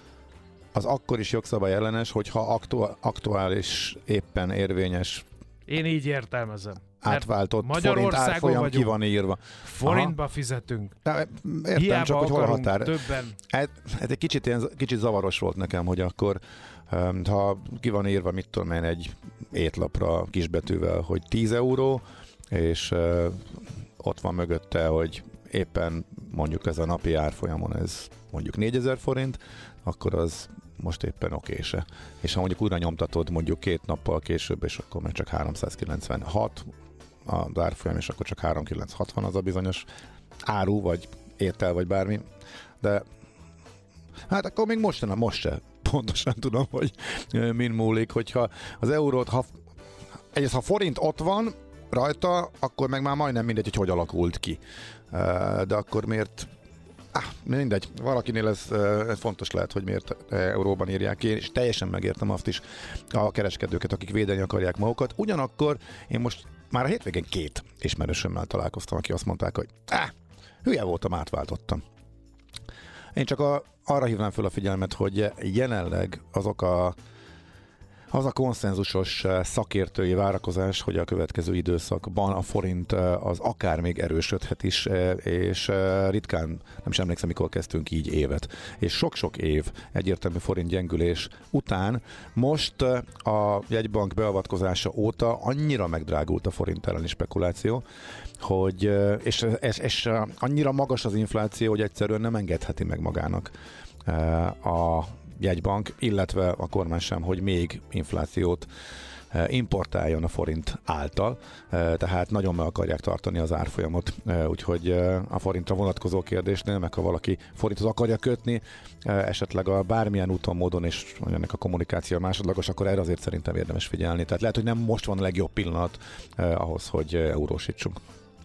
az akkor is jogszabály ellenes, hogyha aktu- aktuális, éppen érvényes, én így értelmezem. átváltott forint árfolyam vagyunk, ki van írva. Forintba Aha. fizetünk. De, értem, hiába csak hogy hol a határ. Többen. Ez, ez egy kicsit, ilyen, kicsit zavaros volt nekem, hogy akkor ha ki van írva, mit tudom én, egy étlapra kisbetűvel, hogy tíz euró, és uh, ott van mögötte, hogy éppen mondjuk ez a napi árfolyamon ez mondjuk négyezer forint, akkor az most éppen okése. És ha mondjuk újra nyomtatod mondjuk két nappal később, és akkor már csak háromszázkilencvenhat a árfolyam, és akkor csak háromszáz-kilencszázhatvan az a bizonyos áru, vagy étel, vagy bármi. De hát akkor még most nem, most se pontosan tudom, hogy min múlik, hogyha az eurót, ha egyrészt ha forint ott van rajta, akkor meg már majdnem mindegy, hogy hogy alakult ki. De akkor miért Ah, mindegy, valakinél ez, ez fontos lehet, hogy miért euróban írják ki, és teljesen megértem azt is a kereskedőket, akik védeni akarják magukat. Ugyanakkor én most már a hétvégén két ismerősömmel találkoztam, aki azt mondták, hogy ah, hülye voltam, átváltottam. Én csak a, arra hívnám fel a figyelmet, hogy jelenleg azok a Az a konszenzusos szakértői várakozás, hogy a következő időszakban a forint az akár még erősödhet is, és ritkán, nem is emlékszem, mikor kezdtünk így évet. És sok-sok év egyértelmű forint gyengülés után most a jegybank beavatkozása óta annyira megdrágult a forint elleni spekuláció, hogy, és, és, és annyira magas az infláció, hogy egyszerűen nem engedheti meg magának a jegybank, illetve a kormány sem, hogy még inflációt importáljon a forint által, tehát nagyon meg akarják tartani az árfolyamot, úgyhogy a forintra vonatkozó kérdésnél, meg ha valaki forinthoz akarja kötni, esetleg a bármilyen úton, módon, és ennek a kommunikáció másodlagos, akkor erre azért szerintem érdemes figyelni. Tehát lehet, hogy nem most van a legjobb pillanat ahhoz, hogy eurósítsunk.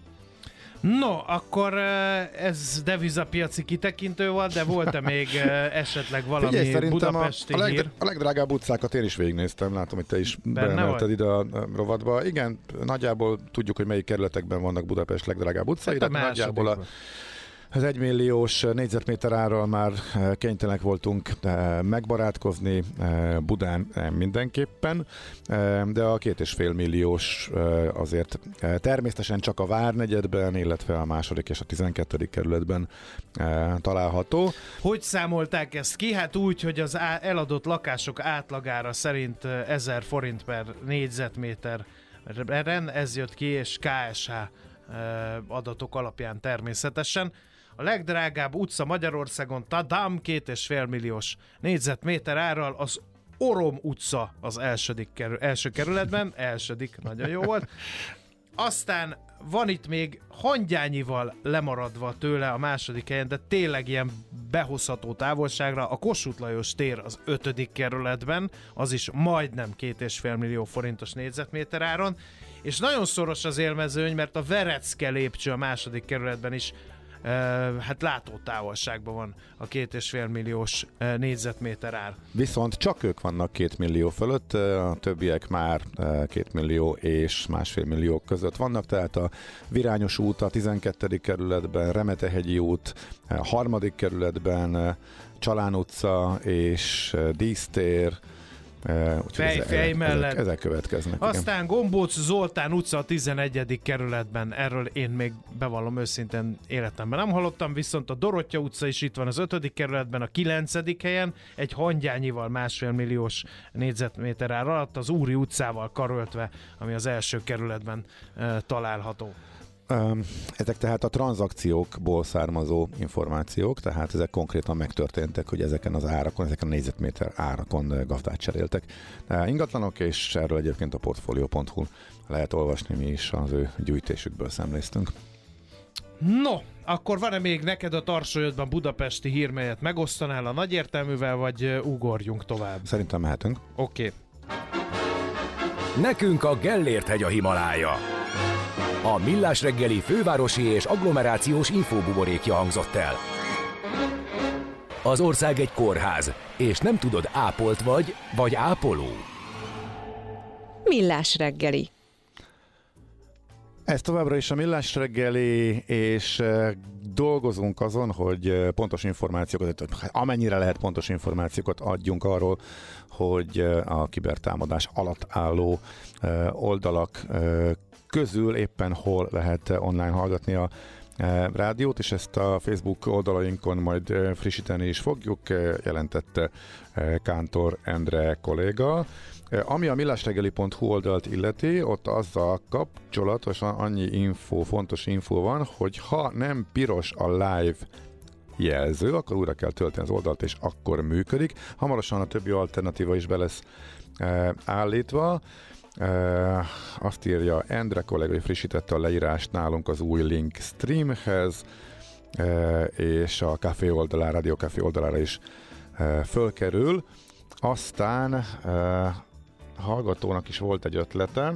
No, akkor ez devizapiaci kitekintő volt, de volt-e még esetleg valami Figyelj, budapesti a, a, hír? leg, a legdrágább utcákat én is végignéztem, látom, hogy te is beemelted ide a rovatba. Igen, nagyjából tudjuk, hogy melyik kerületekben vannak Budapest legdrágább utcái, hát de nagyjából a az egymilliós négyzetméter árral már kénytelenek voltunk megbarátkozni Budán mindenképpen, de a két és fél milliós azért természetesen csak a Várnegyedben, illetve a második és a tizenkettedik kerületben található. Hogy számolták ezt ki? Hát úgy, hogy az eladott lakások átlagára szerint ezer forint per négyzetméter, ez jött ki, és ká es há adatok alapján természetesen. A legdrágább utca Magyarországon, tadám, két és fél milliós négyzetméter árral az Orom utca az elsődik kerül, első kerületben, elsődik, nagyon jó volt. Aztán van itt még hangyányival lemaradva tőle a második helyen, de tényleg ilyen behozható távolságra, a Kossuth Lajos tér az ötödik kerületben, az is majdnem két és fél millió forintos négyzetméter áron, és nagyon szoros az élmezőny, mert a Verecke lépcső a második kerületben is hát látótávolságban van a két és fél milliós négyzetméter ár. Viszont csak ők vannak két millió fölött, a többiek már két millió és másfél millió között vannak, tehát a Virányos út a tizenkettedik kerületben, Remetehegyi út a harmadik kerületben, Csalán utca és Dísztér, Fej, ezek, fej mellett. Ezek, ezek következnek. Aztán igen. Gombóc Zoltán utca a tizenegyedik kerületben, erről én még bevallom őszintén életemben nem hallottam, viszont a Dorottya utca is itt van az ötödik kerületben, a kilencedik helyen, egy hangyányival másfél milliós négyzetméter ár alatt, az Úri utcával karöltve, ami az első kerületben e, található. Ezek tehát a tranzakciókból származó információk, tehát ezek konkrétan megtörténtek, hogy ezeken az árakon, ezeken a négyzetméter árakon gazdát cseréltek ingatlanok, és erről egyébként a portfolio pont hu lehet olvasni, mi is az ő gyűjtésükből szemléztünk. No, akkor van-e még neked a tarsolyodban budapesti hír, melyet megosztanál a nagyértelművel, vagy ugorjunk tovább? Szerintem mehetünk. Oké. Okay. Nekünk a Gellért-hegy a Himalája. A Millás reggeli fővárosi és agglomerációs infóbuborékja hangzott el. Az ország egy kórház, és nem tudod, ápolt vagy, vagy ápoló. Millás reggeli. Ez továbbra is a Millás reggeli, és dolgozunk azon, hogy pontos információkat, amennyire lehet pontos információkat adjunk arról, hogy a kibertámadás alatt álló oldalak közül éppen hol lehet online hallgatni a rádiót, és ezt a Facebook oldalainkon majd frissíteni is fogjuk, jelentette Kántor Endre kolléga. Ami a millásreggeli pont hu oldalt illeti, ott azzal kapcsolatosan annyi info, fontos info van, hogy ha nem piros a live jelző, akkor újra kell tölteni az oldalt, és akkor működik. Hamarosan a többi alternatíva is be lesz állítva. Uh, azt írja Endre kollega, hogy frissítette a leírást nálunk az új link streamhez, uh, és a Café oldalára, Rádió Café oldalára is uh, fölkerül. Aztán uh, hallgatónak is volt egy ötlete,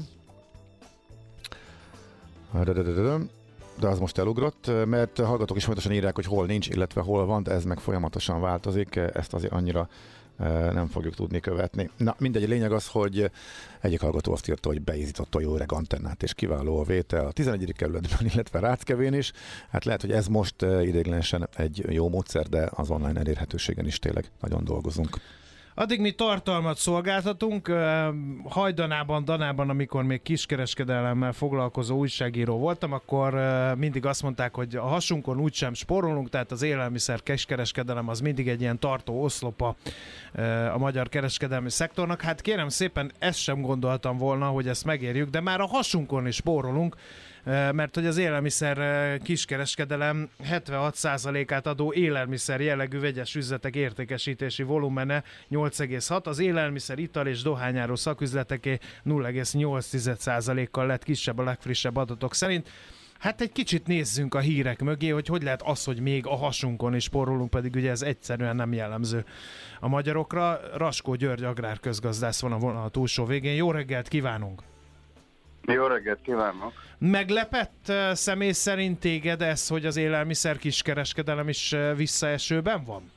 de az most elugrott, mert hallgatók is folyamatosan írják, hogy hol nincs, illetve hol van, de ez meg folyamatosan változik, ezt azért annyira nem fogjuk tudni követni. Na, mindegy, lényeg az, hogy egyik hallgató azt írta, hogy beízított a jó öreg antennát, és kiváló a vétel a tizenegyedik kerületben, illetve Ráckevén is. Hát lehet, hogy ez most ideiglenesen egy jó módszer, de az online elérhetőségen is tényleg nagyon dolgozunk. Addig mi tartalmat szolgáltatunk. Hajdanában, Danában, amikor még kiskereskedelemmel foglalkozó újságíró voltam, akkor mindig azt mondták, hogy a hasunkon úgysem spórolunk, tehát az élelmiszer kiskereskedelem az mindig egy ilyen tartó oszlopa a magyar kereskedelmi szektornak. Hát kérem szépen, ezt sem gondoltam volna, hogy ezt megérjük, de már a hasunkon is spórolunk, mert hogy az élelmiszer kiskereskedelem hetvenhat százalékát adó élelmiszer jellegű vegyes üzletek értékesítési volumene nyolc egész hat, az élelmiszer, ital és dohányáró szaküzleteké nulla egész nyolc százalékkal lett kisebb a legfrissebb adatok szerint. Hát egy kicsit nézzünk a hírek mögé, hogy hogy lehet az, hogy még a hasunkon is spórolunk, pedig ugye ez egyszerűen nem jellemző a magyarokra. Raskó György agrárközgazdász van a vonal túlsó végén. Jó reggelt kívánunk! Jó reggelt kívánok! Meglepett személy szerint téged ez, hogy az élelmiszer kiskereskedelem is visszaesőben van?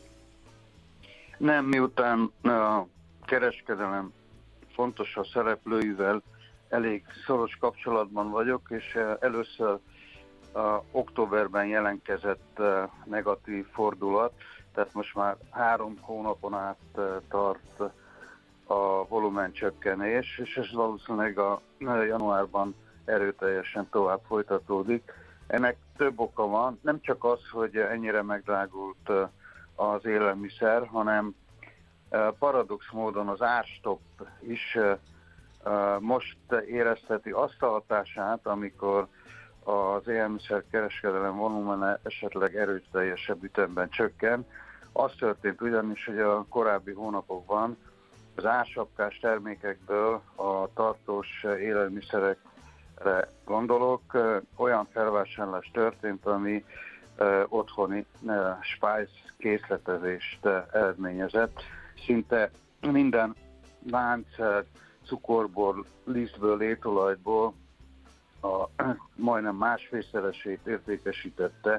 Nem, miután a kereskedelem fontos a szereplőivel elég szoros kapcsolatban vagyok, és először a októberben jelentkezett negatív fordulat, tehát most már három hónapon át tart a volumen csökkenés, és ez valószínűleg a januárban erőteljesen tovább folytatódik. Ennek több oka van, nem csak az, hogy ennyire megdrágult az élelmiszer, hanem paradox módon az árstopp is most érezheti azt a hatását, amikor az élelmiszer kereskedelem volumene esetleg erőteljesebb ütemben csökken. Az történt ugyanis, hogy a korábbi hónapokban az ársapkás termékekből a tartós élelmiszerekre gondolok, olyan felvásárlás történt, ami otthoni spice készletezést eredményezett. Szinte minden láncszer, cukorból, lisztből, étolajból a majdnem másfélszeresét értékesítette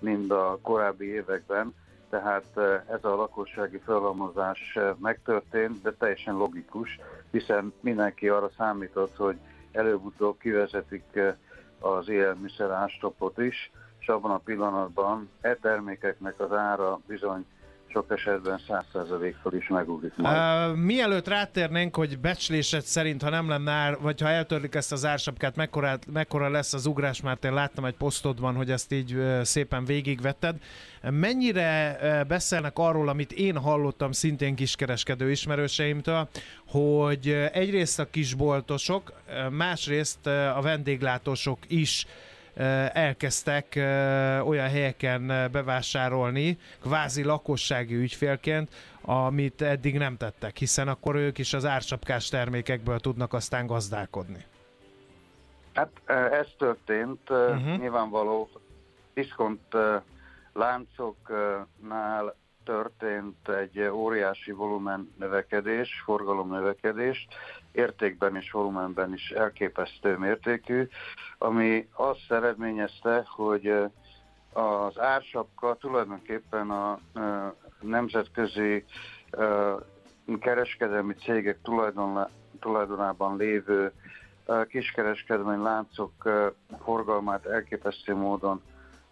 mint a korábbi években, tehát ez a lakossági felhalmozás megtörtént, de teljesen logikus, hiszen mindenki arra számított, hogy előbb-utóbb kivezetik az élelmiszer ástopot is, és abban a pillanatban e termékeknek az ára bizony sok esetben száz százalékkal is megugrik majd. Uh, mielőtt rátérnénk, hogy becslésed szerint, ha nem lenne ár, vagy ha eltörlik ezt az ársapkát, mekkora, mekkora lesz az ugrás, mert én láttam egy posztodban, hogy ezt így uh, szépen végigvetted. Mennyire uh, beszélnek arról, amit én hallottam szintén kiskereskedő ismerőseimtől, hogy uh, egyrészt a kisboltosok, uh, másrészt uh, a vendéglátósok is elkezdtek olyan helyeken bevásárolni, kvázi lakossági ügyfélként, amit eddig nem tettek, hiszen akkor ők is az ársapkás termékekből tudnak aztán gazdálkodni. Hát ez történt, uh-huh. Nyilvánvaló diszkont láncoknál történt egy óriási volumen növekedés, forgalom növekedés, értékben és volumenben is elképesztő mértékű, ami azt eredményezte, hogy az ársapka tulajdonképpen a nemzetközi kereskedelmi cégek tulajdonában lévő kiskereskedelmi láncok forgalmát elképesztő módon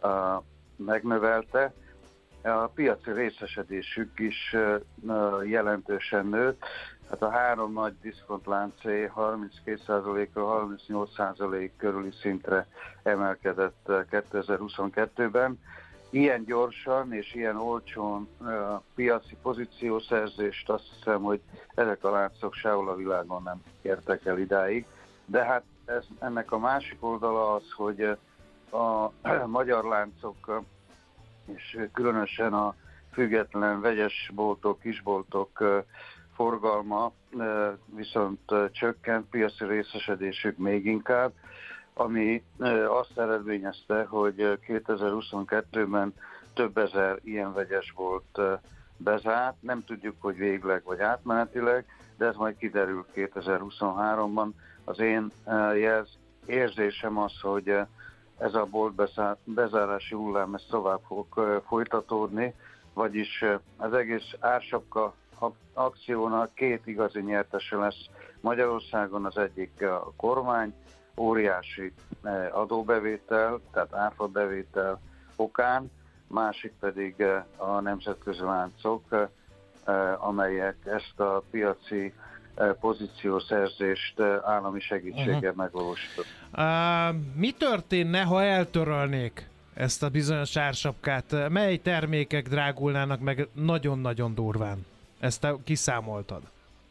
megnövelte. A piaci részesedésük is jelentősen nőtt. Hát a három nagy diszkont láncé harminckét százalékról harmincnyolc százalék körüli szintre emelkedett kétezer-huszonkettőben. Ilyen gyorsan és ilyen olcsón piaci pozíciószerzést azt hiszem, hogy ezek a láncok sehol a világon nem értek el idáig. De hát ez, ennek a másik oldala az, hogy a magyar láncok és különösen a független vegyes boltok, kisboltok forgalma viszont csökkent, piaci részesedésük még inkább, ami azt eredményezte, hogy kétezer-huszonkettőben több ezer ilyen vegyes bolt bezárt. Nem tudjuk, hogy végleg vagy átmenetileg, de ez majd kiderül kétezer-huszonháromban. Az én jelz, érzésem az, hogy ez a bolt bezárási hullám ez tovább fog folytatódni, vagyis az egész ársapka akciónak két igazi nyertese lesz Magyarországon, az egyik a kormány, óriási adóbevétel, tehát áfabevétel okán, másik pedig a nemzetközi láncok, amelyek ezt a piaci pozíciószerzést állami segítséggel uh-huh. megvalósított. Uh, mi történne, ha eltörölnék ezt a bizonyos ársapkát? Mely termékek drágulnának meg nagyon-nagyon durván? Ezt te kiszámoltad?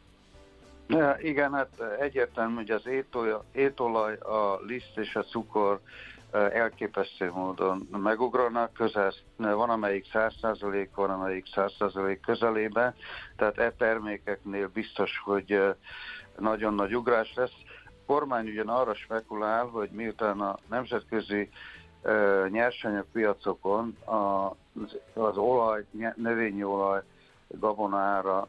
Ja, igen, hát egyértelmű, hogy az étolaj, étolaj, a liszt és a cukor elképesztő módon megugranak, közel, van amelyik száz százalék, van amelyik száz százalék közelébe, tehát e termékeknél biztos, hogy nagyon nagy ugrás lesz. A kormány ugyan arra spekulál, hogy miután a nemzetközi nyersanyagpiacokon az, az olaj, növényi olaj gabonára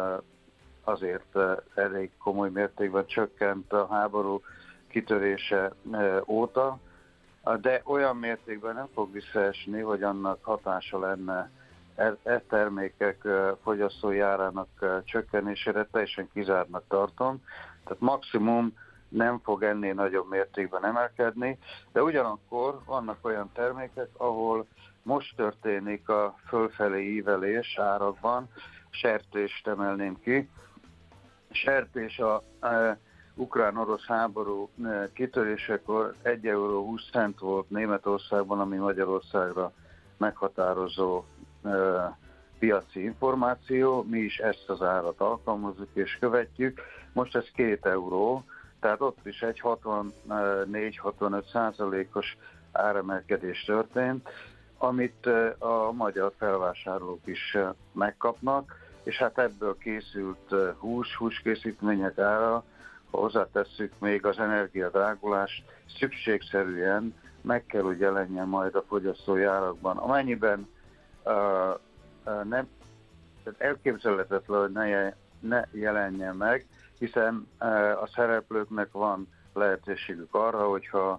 azért elég komoly mértékben csökkent a háború kitörése óta, de olyan mértékben nem fog visszaesni, hogy annak hatása lenne e, e termékek fogyasztói árának csökkenésére, teljesen kizártnak tartom. Tehát maximum nem fog ennél nagyobb mértékben emelkedni, de ugyanakkor vannak olyan termékek, ahol most történik a fölfelé ívelés árakban, sertést emelném ki. Sertés a e, ukrán-orosz háború kitörésekor egy euró húsz cent volt Németországban, ami Magyarországra meghatározó e, piaci információ. Mi is ezt az árat alkalmazzuk és követjük. Most ez két euró, tehát ott is egy hatvannégy-hatvanöt százalékos áremelkedés történt, amit a magyar felvásárlók is megkapnak, és hát ebből készült hús, húskészítmények ára, ha hozzátesszük még az energiadrágulást, szükségszerűen meg kell, hogy jelenjen majd a fogyasztói árakban. Amennyiben uh, uh, nem, elképzelhetetlen, hogy ne, ne jelenjen meg, hiszen uh, a szereplőknek van lehetőségük arra, hogyha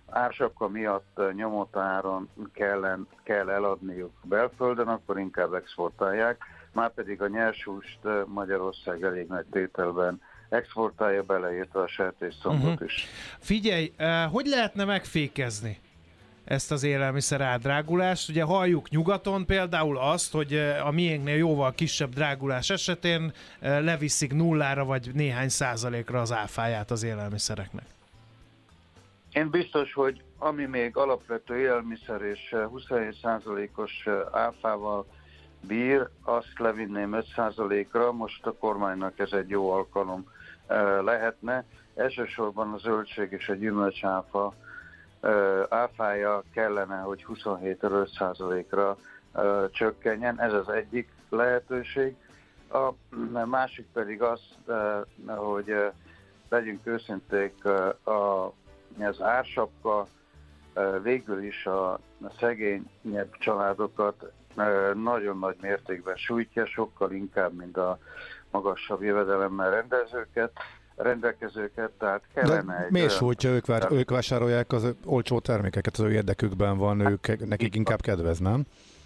ársapka miatt nyomott áron kell, kell eladniuk belföldön, akkor inkább exportálják, márpedig a nyershúst Magyarország elég nagy tételben exportálja, beleértve a sertéscombot uh-huh. is. Figyelj, hogy lehetne megfékezni ezt az élelmiszer átdrágulást? Ugye halljuk nyugaton például azt, hogy a miénknél jóval kisebb drágulás esetén leviszik nullára vagy néhány százalékra az áfáját az élelmiszereknek. Én biztos, hogy ami még alapvető élelmiszer és huszonhét százalékos áfával bír, azt levinném öt százalékra, most a kormánynak ez egy jó alkalom lehetne. Elsősorban a zöldség és a gyümölcsáfa áfája kellene, hogy huszonhétről öt százalékra csökkenjen, ez az egyik lehetőség. A másik pedig az, hogy legyünk őszinték, a az ársapka végül is a szegényebb családokat nagyon nagy mértékben sújtja, sokkal inkább, mint a magasabb jövedelemmel rendezőket, rendelkezőket, tehát kellene De egy... miért sújtja? Ők, vár, ők vásárolják az olcsó termékeket, az ő érdekükben van, ők, nekik inkább kedvez, nem?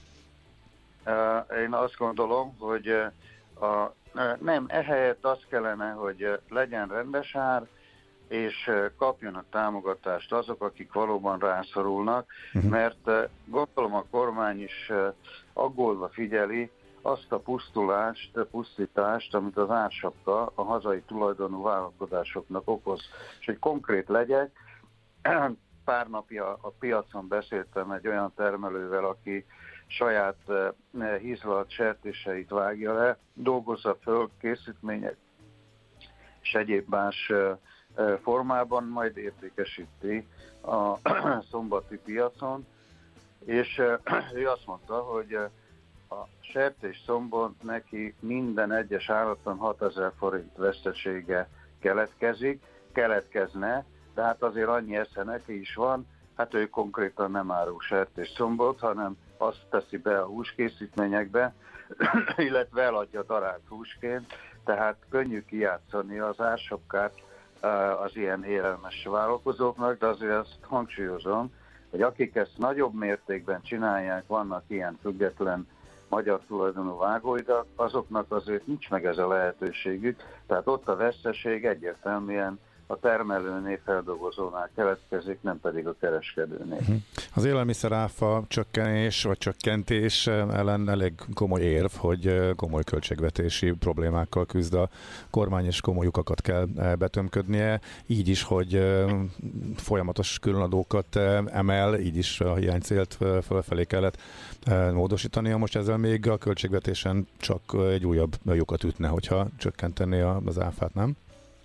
Én azt gondolom, hogy a, nem, ehelyett az kellene, hogy legyen rendes ár, és kapjon a támogatást azok, akik valóban rászorulnak, uh-huh. mert gondolom a kormány is aggódva figyeli azt a pusztulást, pusztítást, amit az ársapka a hazai tulajdonú vállalkozásoknak okoz. És hogy konkrét legyek, pár napja a piacon beszéltem egy olyan termelővel, aki saját hízlalt sertéseit vágja le, dolgozza föl készítmények és egyéb más formában, majd értékesíti a szombati piacon, és ő azt mondta, hogy a sertés szombon neki minden egyes állaton hatezer forint vesztesége keletkezik, keletkezne, de hát azért annyi esze neki is van, hát ő konkrétan nem árul sertés szombot, hanem azt teszi be a húskészítményekbe, illetve eladja darált húsként, tehát könnyű kijátszani az ársapkát az ilyen élelmes vállalkozóknak, de azért azt hangsúlyozom, hogy akik ezt nagyobb mértékben csinálják, vannak ilyen független magyar tulajdonú vágóidak, azoknak azért nincs meg ez a lehetőségük, tehát ott a veszteség egyértelműen a termelőnél, feldolgozónál keletkezik, nem pedig a kereskedőnél. Az élelmiszeráfa csökkenés vagy csökkentés ellen elég komoly érv, hogy komoly költségvetési problémákkal küzd a kormány, és komoly lyukakat kell betömködnie. Így is, hogy folyamatos különadókat emel, így is a hiánycélt fölfelé kellett módosítania. Most ezzel még a költségvetésen csak egy újabb lyukat ütne, hogyha csökkentené az áfát, nem?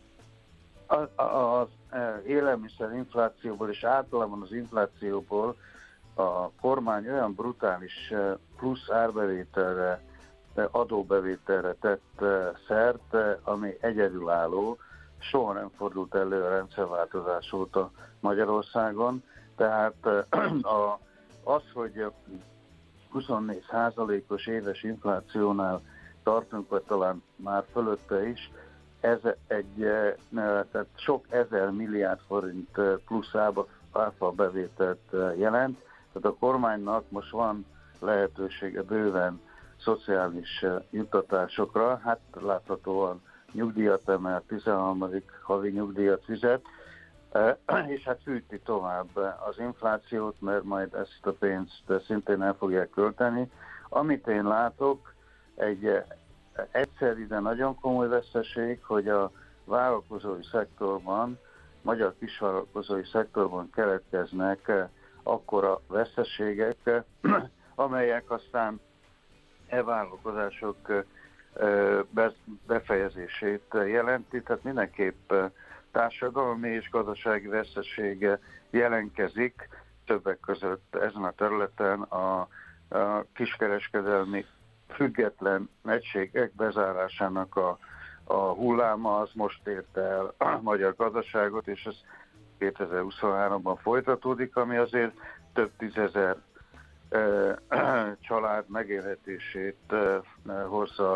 Az élelmiszer inflációból és általában az inflációból a kormány olyan brutális plusz árbevételre, adóbevételre tett szert, ami egyedülálló, soha nem fordult elő a rendszerváltozás óta Magyarországon. Tehát a, az, hogy huszonnégy százalékos éves inflációnál tartunk, vagy talán már fölötte is, ez egy, tehát sok ezer milliárd forint plusz áfa bevételt jelent, tehát a kormánynak most van lehetősége bőven szociális juttatásokra, hát láthatóan nyugdíjat emel, tizenharmadik havi nyugdíjat fizet, és hát fűti tovább az inflációt, mert majd ezt a pénzt szintén el fogják költeni. Amit én látok, egy egyszerű, de nagyon komoly veszteség, hogy a vállalkozói szektorban, magyar kisvállalkozói szektorban keletkeznek akkora veszteségek, amelyek aztán e vállalkozások befejezését jelenti, tehát mindenképp társadalmi és gazdasági vesztesége jelentkezik, többek között ezen a területen a, a kiskereskedelmi független egységek bezárásának a, a hulláma, az most érte el a magyar gazdaságot, és ez kétezer-huszonháromban folytatódik, ami azért több tízezer e, család megélhetését e, hozza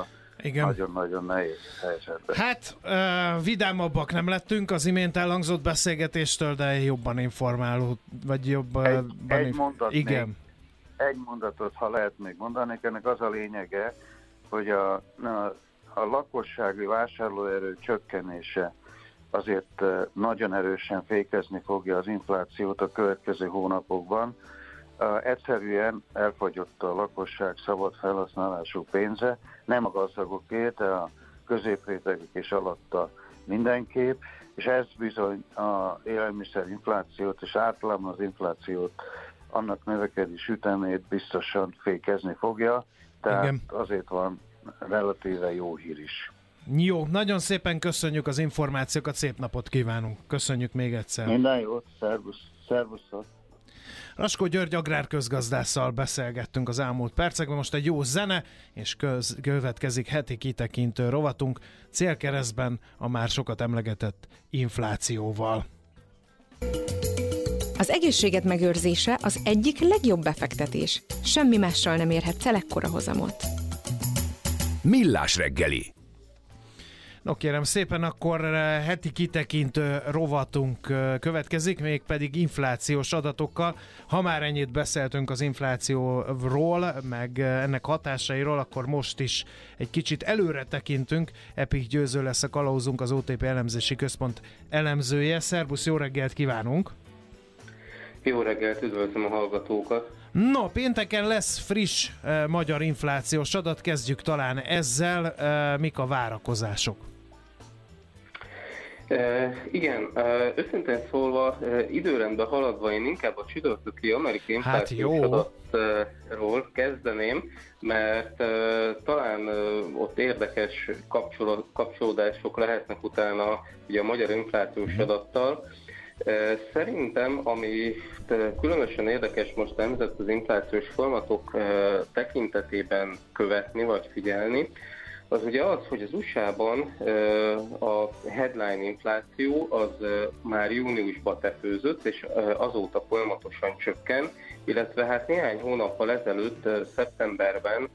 Igen. nagyon-nagyon nehéz helyzetben. Hát, uh, vidámabbak nem lettünk az imént elhangzott beszélgetéstől, de jobban informáló, vagy jobban... Egy, egy inf- mondat Igen. még, egy mondatot, ha lehet még mondani, ennek az a lényege, hogy a, a, a lakossági vásárlóerő csökkenése azért nagyon erősen fékezni fogja az inflációt a következő hónapokban. Uh, egyszerűen elfogyott a lakosság szabad felhasználású pénze, nem a gazdagoké, de a középrétegek és alatta mindenképp, és ez bizony a élelmiszerinflációt és általában az inflációt, annak növekedés ütemét biztosan fékezni fogja, tehát igen. Azért van relatíve jó hír is. Jó, nagyon szépen köszönjük az információkat, szép napot kívánunk. Köszönjük még egyszer. Minden jót, szervusz, szervuszot. Raskó György agrárközgazdásszal beszélgettünk az elmúlt percekben, most egy jó zene, és köz, következik heti kitekintő rovatunk, célkeresztben a már sokat emlegetett inflációval. Az egészséged megőrzése az egyik legjobb befektetés. Semmi mással nem érhetsz el ekkora hozamot. Millás reggeli. No kérem szépen, akkor heti kitekintő rovatunk következik, mégpedig inflációs adatokkal. Ha már ennyit beszéltünk az inflációról, meg ennek hatásairól, akkor most is egy kicsit előre tekintünk. Epik Győző lesz a kalauzunk, az o té pé Elemzési Központ elemzője. Szerbusz, jó reggelt kívánunk! Jó reggelt, üdvözlöm a hallgatókat! No, pénteken lesz friss eh, magyar inflációs adat, kezdjük talán ezzel. Eh, mik a várakozások? Uh, igen, uh, őszintén szólva, uh, időrendben haladva én inkább a csütörtöki amerikai inflációs hát adatról kezdeném, mert uh, talán uh, ott érdekes kapcsol- kapcsolódások lehetnek utána ugye a magyar inflációs adattal. Uh, szerintem, ami különösen érdekes most nemzetközi inflációs folyamatok uh, tekintetében követni vagy figyelni, az ugye az, hogy az u es á-ban a headline infláció az már júniusban tetőzött, és azóta folyamatosan csökken, illetve hát néhány hónappal ezelőtt, szeptemberben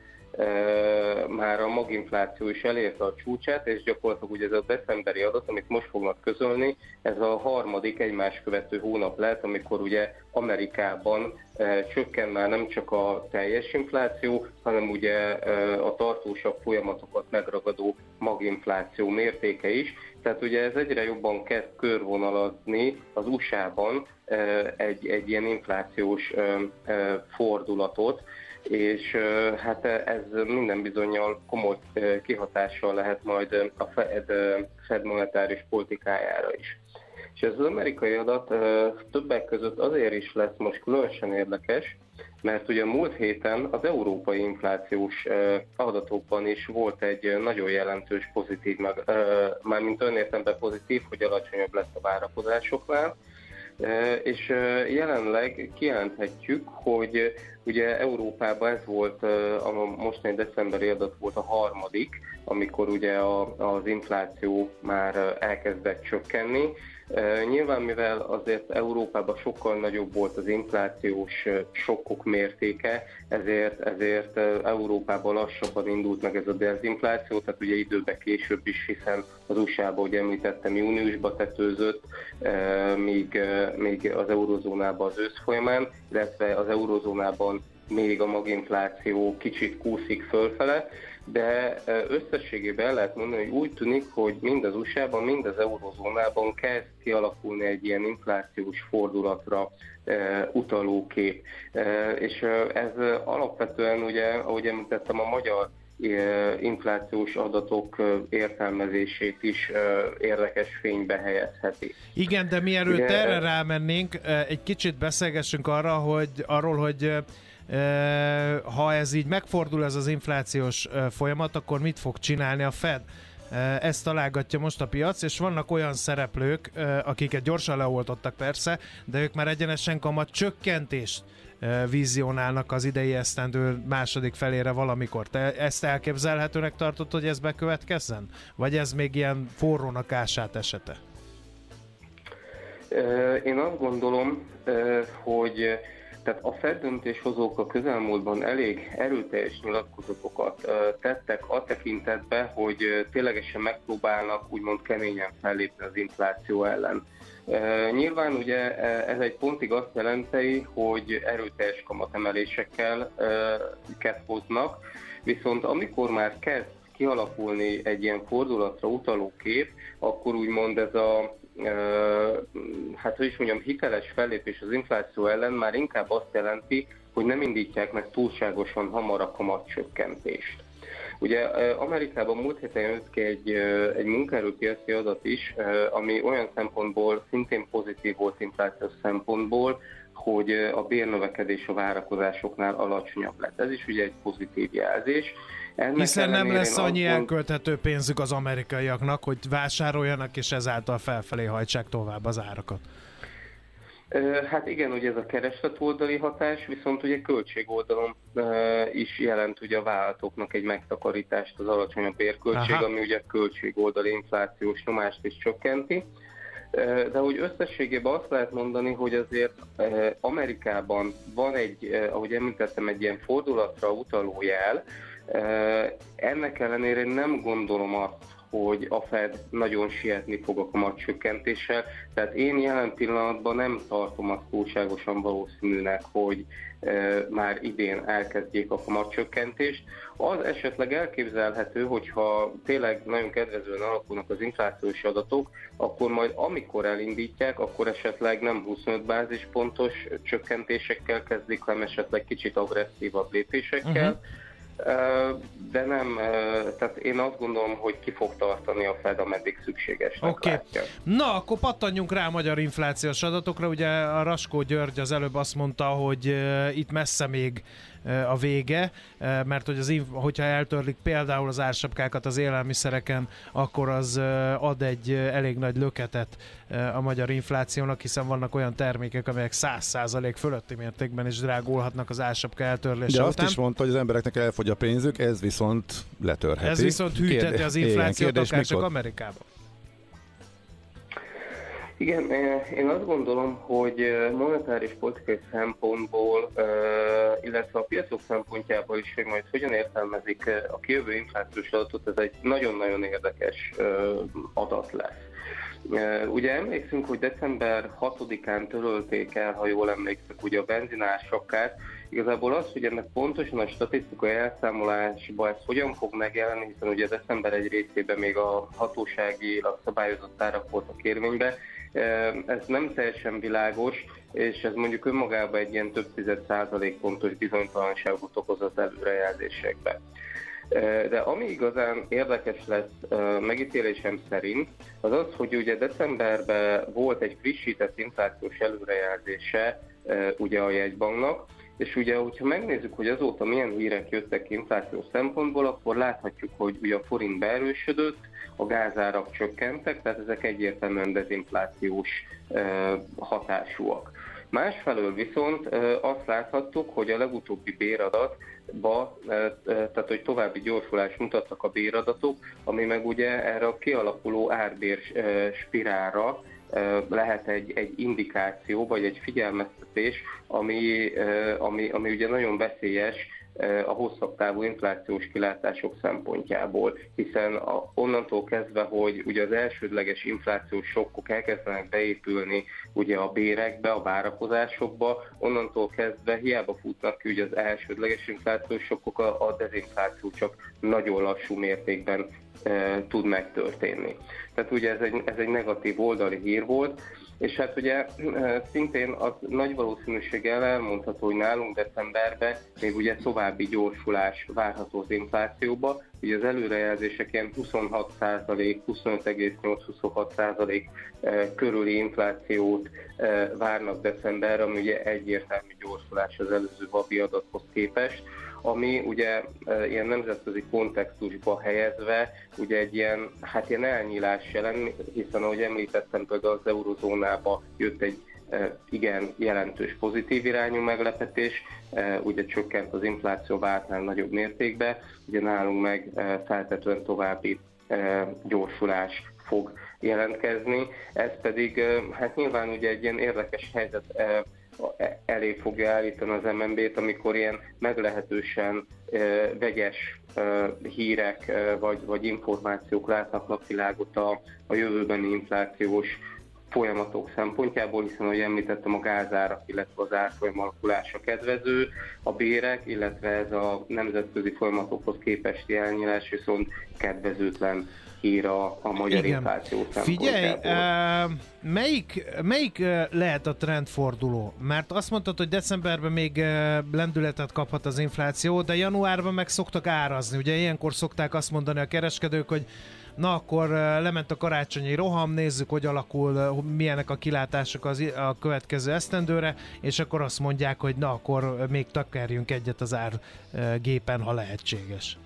már a maginfláció is elérte a csúcsát, és gyakorlatilag ugye ez a decemberi adat, amit most fognak közölni, ez a harmadik egymás követő hónap lehet, amikor ugye Amerikában e, csökken már nem csak a teljes infláció, hanem ugye e, a tartósabb folyamatokat megragadó maginfláció mértéke is. Tehát ugye ez egyre jobban kezd körvonalazni az u es á-ban e, egy, egy ilyen inflációs e, e, fordulatot, és hát ez minden bizonnyal komoly kihatással lehet majd a Fed, Fed monetáris politikájára is. És ez az amerikai adat többek között azért is lesz most különösen érdekes, mert ugye múlt héten az európai inflációs adatokban is volt egy nagyon jelentős pozitív, mármint önértelemben pozitív, hogy alacsonyabb lesz a várakozásoknál, és jelenleg kijelenthetjük, hogy ugye Európában ez volt, a mostani decemberi adat volt a harmadik, amikor ugye a, az infláció már elkezdett csökkenni. Nyilván, mivel azért Európában sokkal nagyobb volt az inflációs sokkok mértéke, ezért, ezért Európában lassabban indult meg ez a dezinfláció, tehát ugye időben később is, hiszen az u es á-ban, ugye említettem, júniusban tetőzött, míg, míg az eurozónában az ősz folyamán, illetve az eurozónában még a maginfláció kicsit kúszik fölfele, de összességében el lehet mondani, hogy úgy tűnik, hogy mind az u es á-ban, mind az eurozónában kezd kialakulni egy ilyen inflációs fordulatra e, utaló kép. E, és ez alapvetően, ugye, ahogy említettem, a magyar e, inflációs adatok értelmezését is e, érdekes fénybe helyezheti. Igen, de mielőtt ugye, erre rámennénk, egy kicsit beszélgessünk arra, hogy, arról, hogy ha ez így megfordul, ez az inflációs folyamat, akkor mit fog csinálni a Fed? Ezt találgatja most a piac, és vannak olyan szereplők, akiket gyorsan leoltottak persze, de ők már egyenesen kamat csökkentést vizionálnak az idei esztendő második felére valamikor. Te ezt elképzelhetőnek tartod, hogy ez bekövetkezzen? Vagy ez még ilyen forrónak ását esete? Én azt gondolom, hogy Tehát a Fed döntéshozók a közelmúltban elég erőteljes nyilatkozatokat tettek a tekintetben, hogy ténylegesen megpróbálnak úgymond keményen fellépni az infláció ellen. Nyilván ugye ez egy pontig azt jelenti, hogy erőteljes kamatemelésekkel kezd hoznak, viszont amikor már kezd kialakulni egy ilyen fordulatra utaló kép, akkor úgymond ez a hát hogy is mondjam, hiteles fellépés az infláció ellen már inkább azt jelenti, hogy nem indítják meg túlságosan hamar a kamatcsökkentést. Ugye Amerikában múlt héten jött ki egy, egy munkaerőpiaci adat is, ami olyan szempontból szintén pozitív volt inflációs szempontból, hogy a bérnövekedés a várakozásoknál alacsonyabb lett. Ez is ugye egy pozitív jelzés. Ennek Hiszen nem lesz annyi azt elkölthető pénzük az amerikaiaknak, hogy vásároljanak, és ezáltal felfelé hajtsák tovább az árakat. Hát igen, ugye ez a kereslet oldali hatás, viszont ugye költség oldalon is jelent ugye a vállalatoknak egy megtakarítást az alacsonyabb bérköltség, Aha. ami ugye a költség oldali inflációs nyomást is csökkenti. De úgy összességében azt lehet mondani, hogy azért Amerikában van egy, ahogy említettem, egy ilyen fordulatra utaló jel. Ennek ellenére nem gondolom azt, hogy a Fed nagyon sietni fog a kamatcsökkentéssel. Tehát én jelen pillanatban nem tartom azt túlságosan valószínűnek, hogy e, már idén elkezdjék a kamatcsökkentést. Az esetleg elképzelhető, hogyha tényleg nagyon kedvezően alakulnak az inflációs adatok, akkor majd amikor elindítják, akkor esetleg nem huszonöt bázispontos csökkentésekkel kezdik, hanem esetleg kicsit agresszívabb lépésekkel. Uh-huh. De nem, tehát én azt gondolom, hogy ki fog tartani a Fed, ameddig szükségesnek okay. látja. Na, akkor pattanjunk rá a magyar inflációs adatokra. Ugye a Raskó György az előbb azt mondta, hogy itt messze még a vége, mert hogy az, hogyha eltörlik például az ársapkákat az élelmiszereken, akkor az ad egy elég nagy löketet a magyar inflációnak, hiszen vannak olyan termékek, amelyek száz százalék fölötti mértékben is drágulhatnak az ársapka eltörlése De után. azt is mondta, hogy az embereknek elfogy a pénzük, ez viszont letörheti. Ez viszont hűteti Kérde- az inflációt, igen, akár csak Amerikában. Igen, én azt gondolom, hogy monetáris politikai szempontból, illetve a piacok szempontjából is, hogy majd hogyan értelmezik a kijövő inflációs adatot, ez egy nagyon-nagyon érdekes adat lesz. Ugye emlékszünk, hogy december hatodikán törölték el, ha jól emlékszek, ugye a benzinársapkát. Igazából az, hogy ennek pontosan a statisztikai elszámolásban ez hogyan fog megjelenni, hiszen ugye december egy részében még a hatóságilag szabályozott árak voltak érvényben, ez nem teljesen világos, és ez mondjuk önmagában egy ilyen több tízed százalékpontos bizonytalanságot okoz az előrejelzésekben. De ami igazán érdekes lesz megítélésem szerint, az az, hogy ugye decemberben volt egy frissített inflációs előrejelzése ugye a jegybanknak, és ugye, hogyha megnézzük, hogy azóta milyen hírek jöttek inflációs szempontból, akkor láthatjuk, hogy ugye a forint beerősödött, a gázárak csökkentek, tehát ezek egyértelműen dezinflációs hatásúak. Másfelől viszont azt láthattuk, hogy a legutóbbi béradatba, tehát hogy további gyorsulást mutattak a béradatok, ami meg ugye erre a kialakuló árbér spirálra lehet egy, egy indikáció, vagy egy figyelmeztetés, ami, ami, ami ugye nagyon veszélyes a hosszabb távú inflációs kilátások szempontjából, hiszen a, onnantól kezdve, hogy ugye az elsődleges inflációs sokkok elkezdenek beépülni ugye a bérekbe, a várakozásokba, onnantól kezdve hiába futnak ki ugye az elsődleges inflációs sokkok, a, a dezinfláció csak nagyon lassú mértékben e, tud megtörténni. Tehát ugye ez egy, ez egy negatív oldali hír volt, és hát ugye szintén az nagy valószínűséggel elmondható, hogy nálunk decemberben még ugye további gyorsulás várható az inflációba. Ugye az előrejelzések ilyen huszonhat százalék, huszonöt egész nyolc huszonhat százalék körüli inflációt várnak decemberre, ami ugye egyértelmű gyorsulás az előző vabi adathoz képest, ami ugye e, ilyen nemzetközi kontextusba helyezve ugye egy ilyen, hát ilyen elnyílás jelen, hiszen ahogy említettem, például az eurozónába jött egy e, igen jelentős pozitív irányú meglepetés, e, ugye csökkent az infláció vártnál nagyobb mértékben, ugye nálunk meg e, feltetően további e, gyorsulás fog jelentkezni. Ez pedig, e, hát nyilván ugye egy ilyen érdekes helyzet, e, elé fogja állítani az em en bé-t, amikor ilyen meglehetősen vegyes hírek vagy, vagy információk látnak napvilágot a, a jövőbeni inflációs folyamatok szempontjából, hiszen, ahogy említettem, a gázárak, illetve az árfolyam alakulása kedvező, a bérek, illetve ez a nemzetközi folyamatokhoz képesti elnyílás viszont kedvezőtlen hír a, a magyar Igen. infláció szempontjából. Figyelj, uh, melyik, melyik lehet a trendforduló? Mert azt mondtad, hogy decemberben még lendületet kaphat az infláció, de januárban meg szoktak árazni. Ugye ilyenkor szokták azt mondani a kereskedők, hogy na akkor lement a karácsonyi roham, nézzük, hogy alakul, milyenek a kilátások az, a következő esztendőre, és akkor azt mondják, hogy na akkor még takerjünk egyet az árgépen, ha lehetséges.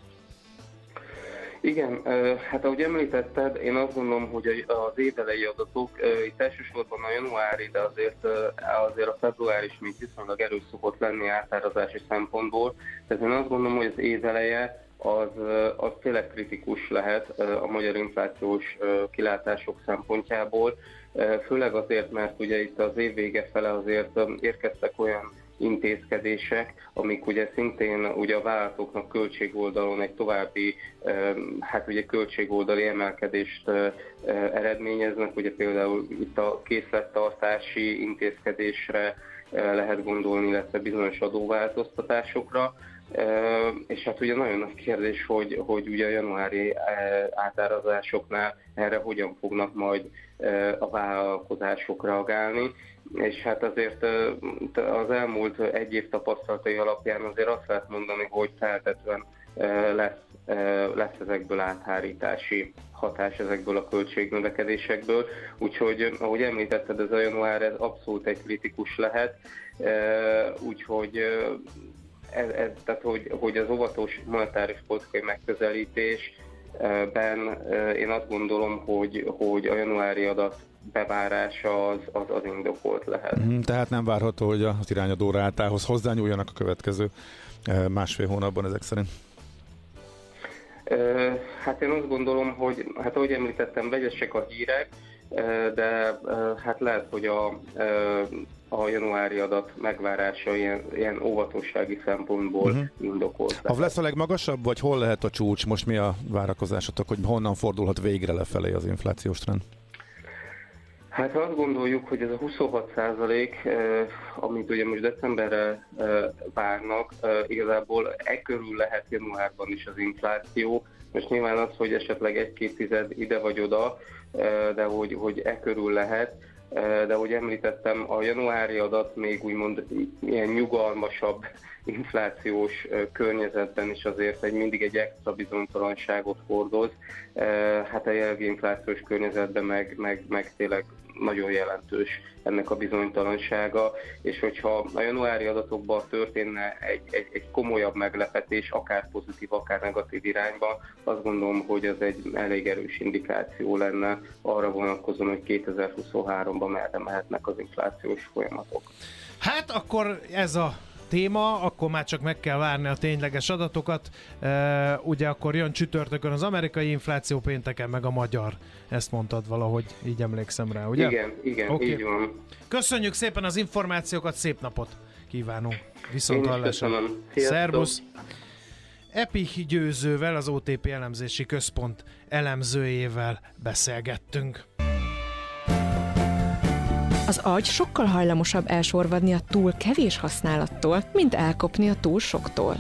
Igen, hát ahogy említetted, én azt gondolom, hogy az évelei adatok, itt elsősorban a januári, de azért, azért a február is még viszonylag erős szokott lenni átárazási szempontból, tehát én azt gondolom, hogy az éveleje az, az tényleg kritikus lehet a magyar inflációs kilátások szempontjából, főleg azért, mert ugye itt az év vége fele azért érkeztek olyan intézkedések, amik ugye szintén ugye a vállalatoknak költségoldalon egy további hát ugye költségoldali emelkedést eredményeznek, ugye például itt a készlettartási intézkedésre lehet gondolni, illetve bizonyos adóváltoztatásokra. Uh, és hát ugye nagyon nagy kérdés, hogy, hogy ugye a januári uh, átárazásoknál erre hogyan fognak majd uh, a vállalkozások reagálni, és hát azért uh, az elmúlt egy év tapasztalatai alapján azért azt lehet mondani, hogy feltetően uh, lesz, uh, lesz ezekből áthárítási hatás ezekből a költségnövekedésekből, úgyhogy ahogy említetted, ez a január ez abszolút egy kritikus lehet, uh, úgyhogy uh, Ez, ez, tehát, hogy, hogy az óvatos monetáris politikai megközelítésben én azt gondolom, hogy, hogy a januári adat bevárása az, az, az indokolt lehet. Tehát nem várható, hogy az irányadó rátához hozzányúljanak a következő másfél hónapban ezek szerint? Hát én azt gondolom, hogy hát ahogy említettem, vegyesek a hírek, de hát lehet, hogy a a januári adat megvárása ilyen, ilyen óvatossági szempontból uh-huh. indokolt. Ha lesz a legmagasabb, vagy hol lehet a csúcs? Most mi a várakozásotok, hogy honnan fordulhat végre lefelé az inflációs trend? Hát azt gondoljuk, hogy ez a huszonhat százalék, eh, amit ugye most decemberre eh, várnak, eh, igazából e körül lehet januárban is az infláció. Most nyilván az, hogy esetleg egy-két tized ide vagy oda, eh, de hogy, hogy e körül lehet. De ahogy említettem, a januári adat még úgymond ilyen nyugalmasabb inflációs környezetben is azért egy mindig egy extra bizonytalanságot hordoz. Hát a jelenlegi inflációs környezetben meg, meg, meg tényleg nagyon jelentős ennek a bizonytalansága, és hogyha a januári adatokban történne egy, egy, egy komolyabb meglepetés, akár pozitív, akár negatív irányba, azt gondolom, hogy ez egy elég erős indikáció lenne arra vonatkozóan, hogy kétezer-huszonháromban merre mehetnek az inflációs folyamatok. Hát akkor ez a téma, akkor már csak meg kell várni a tényleges adatokat. E, ugye akkor jön csütörtökön az amerikai infláció, pénteken meg a magyar. Ezt mondtad valahogy, így emlékszem rá, ugye? Igen, igen, okay. Így van. Köszönjük szépen az információkat, szép napot kívánunk. Viszont hallásra. Szervusz! Epi Győzővel, az o té pé elemzési központ elemzőjével beszélgettünk. Az agy sokkal hajlamosabb elsorvadni a túl kevés használattól, mint elkopni a túl soktól.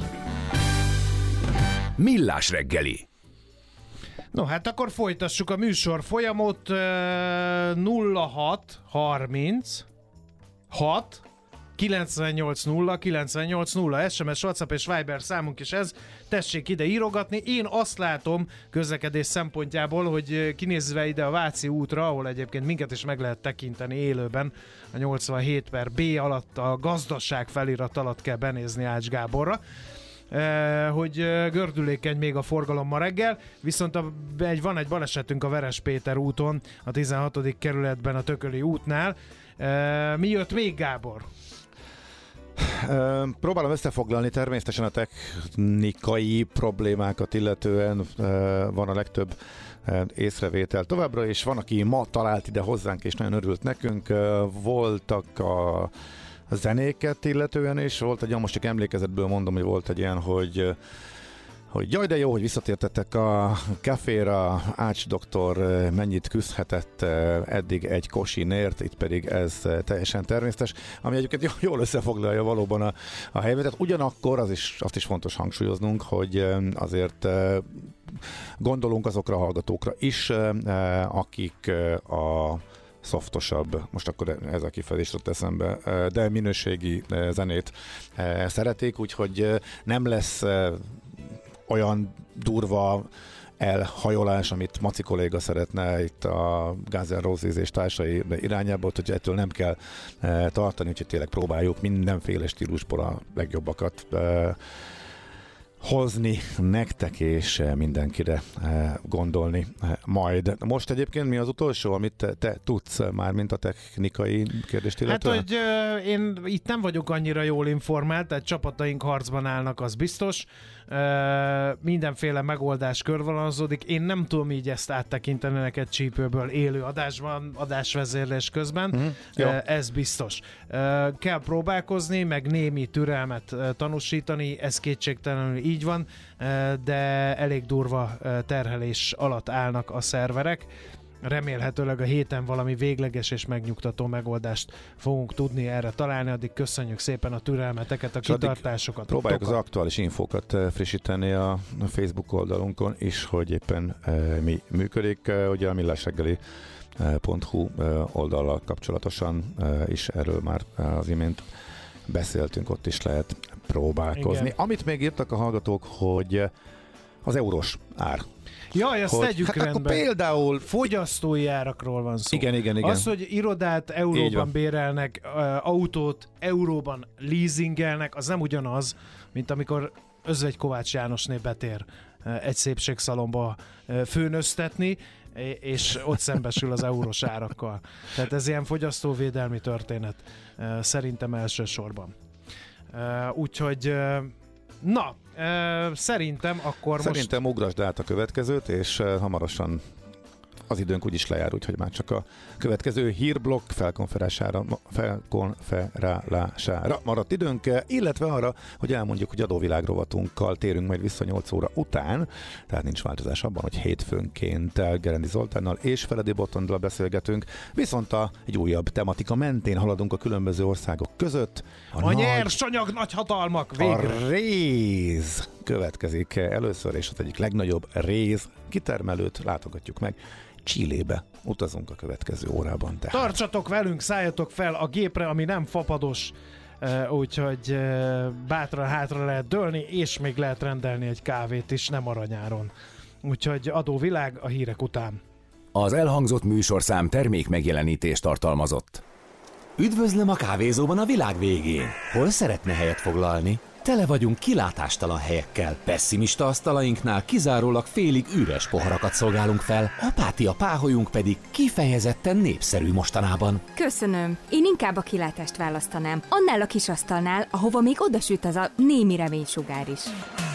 Millás reggeli. No, hát akkor folytassuk a műsor folyamot. nulla hat harminc hat kilencvennyolc nulla kilencvennyolc nulla es em es, WhatsApp és Viber számunk is ez. Tessék ide írogatni. Én azt látom közlekedés szempontjából, hogy kinézve ide a Váci útra, ahol egyébként minket is meg lehet tekinteni élőben, a nyolcvanhét per B alatt, a gazdaság felirat alatt kell benézni Ács Gáborra, hogy gördülékeny még a forgalom ma reggel, viszont a, egy, van egy balesetünk a Veres Péter úton, a tizenhatodik kerületben a Tököli útnál. Mi jött még, Gábor? Próbálom összefoglalni, természetesen a technikai problémákat illetően van a legtöbb észrevétel továbbra, és van, aki ma talált ide hozzánk, és nagyon örült nekünk. Voltak a zenéket illetően is. Volt egy, most csak emlékezetből mondom, hogy volt egy ilyen, hogy hogy jaj, de jó, hogy visszatértetek a kaféra, Ács doktor mennyit küzdhetett eddig egy kosinért, itt pedig ez teljesen természetes, ami egyébként jól összefoglalja valóban a, a helyzetet. Ugyanakkor az is, azt is fontos hangsúlyoznunk, hogy azért gondolunk azokra a hallgatókra is, akik a szoftosabb, most akkor ez a kifejezés jut eszembe, de minőségi zenét szeretik, úgyhogy nem lesz olyan durva elhajolás, amit Maci kolléga szeretne itt a Guns N' Roses és társai irányába, hogy ettől nem kell tartani, úgyhogy tényleg próbáljuk mindenféle stílusból a legjobbakat hozni nektek és mindenkire gondolni majd. Most egyébként mi az utolsó, amit te, te tudsz már, mint a technikai kérdést illetően? Hát, hogy uh, én itt nem vagyok annyira jól informált, tehát csapataink harcban állnak, az biztos. Uh, mindenféle megoldás körvonalazódik. Én nem tudom így ezt áttekinteni neked csípőből élő adásban, adásvezérlés közben. Mm, uh, ez biztos. Uh, kell próbálkozni, meg némi türelmet uh, tanúsítani, ez kétségtelenül így van, uh, de elég durva uh, terhelés alatt állnak a szerverek. Remélhetőleg a héten valami végleges és megnyugtató megoldást fogunk tudni erre találni. Addig köszönjük szépen a türelmeteket, a kitartásokat. Próbáljuk az aktuális infókat frissíteni a Facebook oldalunkon is, hogy éppen mi működik. Ugye a millásreggeli pont hu oldallal kapcsolatosan is erről már az imént beszéltünk, ott is lehet próbálkozni. Igen. Amit még írtak a hallgatók, hogy az eurós ár. Jaj, ezt hogy, tegyük hát rendben. Például fogyasztói árakról van szó. Igen, igen, igen. Az, hogy irodát euróban bérelnek, uh, autót euróban leasingelnek, az nem ugyanaz, mint amikor Özvegy Kovács Jánosné betér uh, egy szépségszalomba uh, főnöztetni, és ott szembesül az eurós árakkal. Tehát ez ilyen fogyasztóvédelmi történet uh, szerintem elsősorban. Uh, úgyhogy uh, na, Uh, szerintem akkor Szerintem most... ugrasd át a következőt, és uh, hamarosan az időnk úgyis lejár, úgyhogy már csak a következő hírblokk felkonferálására, felkonferálására maradt időnk, illetve arra, hogy elmondjuk, hogy adóvilág rovatunkkal térünk majd vissza nyolc óra után, tehát nincs változás abban, hogy hétfőnként Gerendi Zoltánnal és Feledi Bottondal beszélgetünk, viszont a, egy újabb tematika mentén haladunk a különböző országok között. A, a nagy, nyersanyag nagy hatalmak végre! A réz következik először, és az egyik legnagyobb réz kitermelőt látogatjuk meg. Chilébe utazunk a következő órában. Tehát. Tartsatok velünk, szálljatok fel a gépre, ami nem fapados, úgyhogy bátran hátra lehet dőlni, és még lehet rendelni egy kávét is, nem aranyáron. Úgyhogy adóvilág a hírek után. Az elhangzott műsorszám termék megjelenítést tartalmazott. Üdvözlöm a kávézóban a világ végén. Hol szeretne helyet foglalni? Tele vagyunk kilátástalan helyekkel. Pessimista asztalainknál kizárólag félig üres poharakat szolgálunk fel, apátia páholyunk pedig kifejezetten népszerű mostanában. Köszönöm. Én inkább a kilátást választanám. Annál a kis asztalnál, ahova még odasüt az a némi reménysugár is.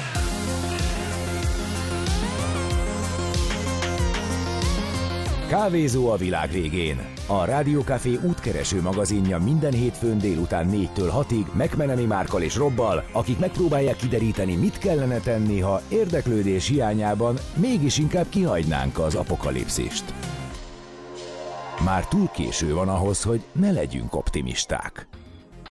Kávézó a világ végén. A Rádió Café útkereső magazinja minden hétfőn délután négytől hatig McMenemy Márkkal és Robbal, akik megpróbálják kideríteni, mit kellene tenni, ha érdeklődés hiányában mégis inkább kihagynánk az apokalipszist. Már túl késő van ahhoz, hogy ne legyünk optimisták.